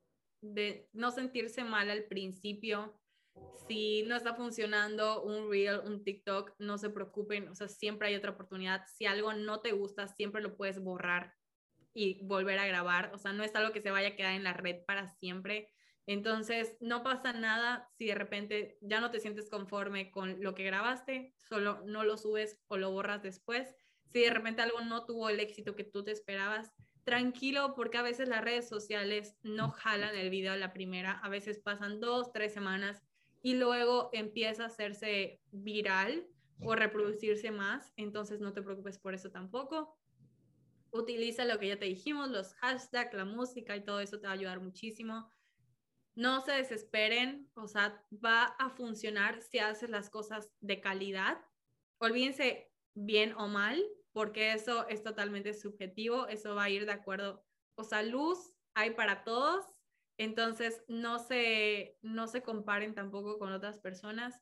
de no sentirse mal al principio. Si no está funcionando un reel, un TikTok, no se preocupen, o sea, siempre hay otra oportunidad. Si algo no te gusta, siempre lo puedes borrar y volver a grabar, o sea, no es algo que se vaya a quedar en la red para siempre. Entonces, no pasa nada si de repente ya no te sientes conforme con lo que grabaste, solo no lo subes o lo borras después. Si de repente algo no tuvo el éxito que tú te esperabas, tranquilo, porque a veces las redes sociales no jalan el video a la primera, a veces pasan dos, tres semanas y luego empieza a hacerse viral o reproducirse más, entonces no te preocupes por eso tampoco. Utiliza lo que ya te dijimos, los hashtags, la música y todo eso te va a ayudar muchísimo. No se desesperen, o sea, va a funcionar si haces las cosas de calidad. Olvídense bien o mal, porque eso es totalmente subjetivo, eso va a ir de acuerdo, o sea, luz hay para todos, entonces no se, no se comparen tampoco con otras personas.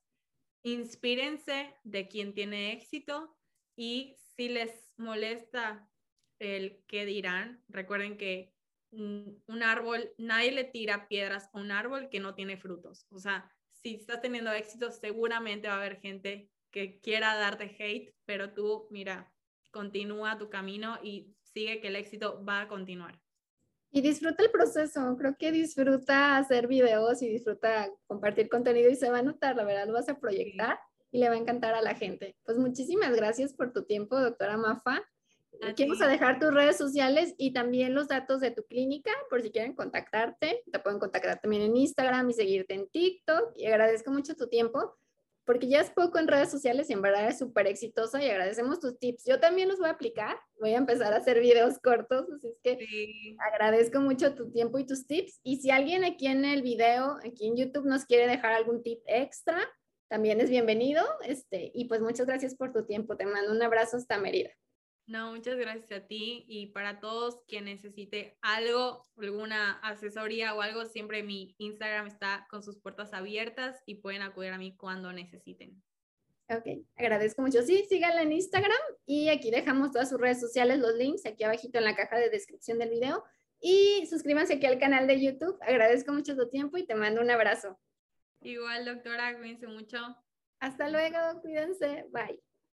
Inspírense de quien tiene éxito y si les molesta el qué dirán, recuerden que un árbol, nadie le tira piedras a un árbol que no tiene frutos. O sea, si estás teniendo éxito, seguramente va a haber gente que quiera darte hate, pero tú, mira, continúa tu camino y sigue que el éxito va a continuar. Y disfruta el proceso, creo que disfruta hacer videos y disfruta compartir contenido y se va a notar, la verdad, lo vas a proyectar y le va a encantar a la gente. Pues muchísimas gracias por tu tiempo, doctora Mafa. Aquí vamos a dejar tus redes sociales y también los datos de tu clínica por si quieren contactarte. Te pueden contactar también en Instagram y seguirte en TikTok. Y agradezco mucho tu tiempo porque ya es poco en redes sociales y en verdad es súper exitosa y agradecemos tus tips. Yo también los voy a aplicar. Voy a empezar a hacer videos cortos, así es que sí. Agradezco mucho tu tiempo y tus tips. Y si alguien aquí en el video, aquí en YouTube, nos quiere dejar algún tip extra, también es bienvenido. Este, y pues muchas gracias por tu tiempo. Te mando un abrazo hasta Mérida. No, muchas gracias a ti y para todos quien necesite algo, alguna asesoría o algo, siempre mi Instagram está con sus puertas abiertas y pueden acudir a mí cuando necesiten. Ok, agradezco mucho. Sí, síganla en Instagram y aquí dejamos todas sus redes sociales, los links aquí abajito en la caja de descripción del video. Y suscríbanse aquí al canal de YouTube. Agradezco mucho tu tiempo y te mando un abrazo. Igual, doctora, cuídense mucho. Hasta luego, cuídense. Bye.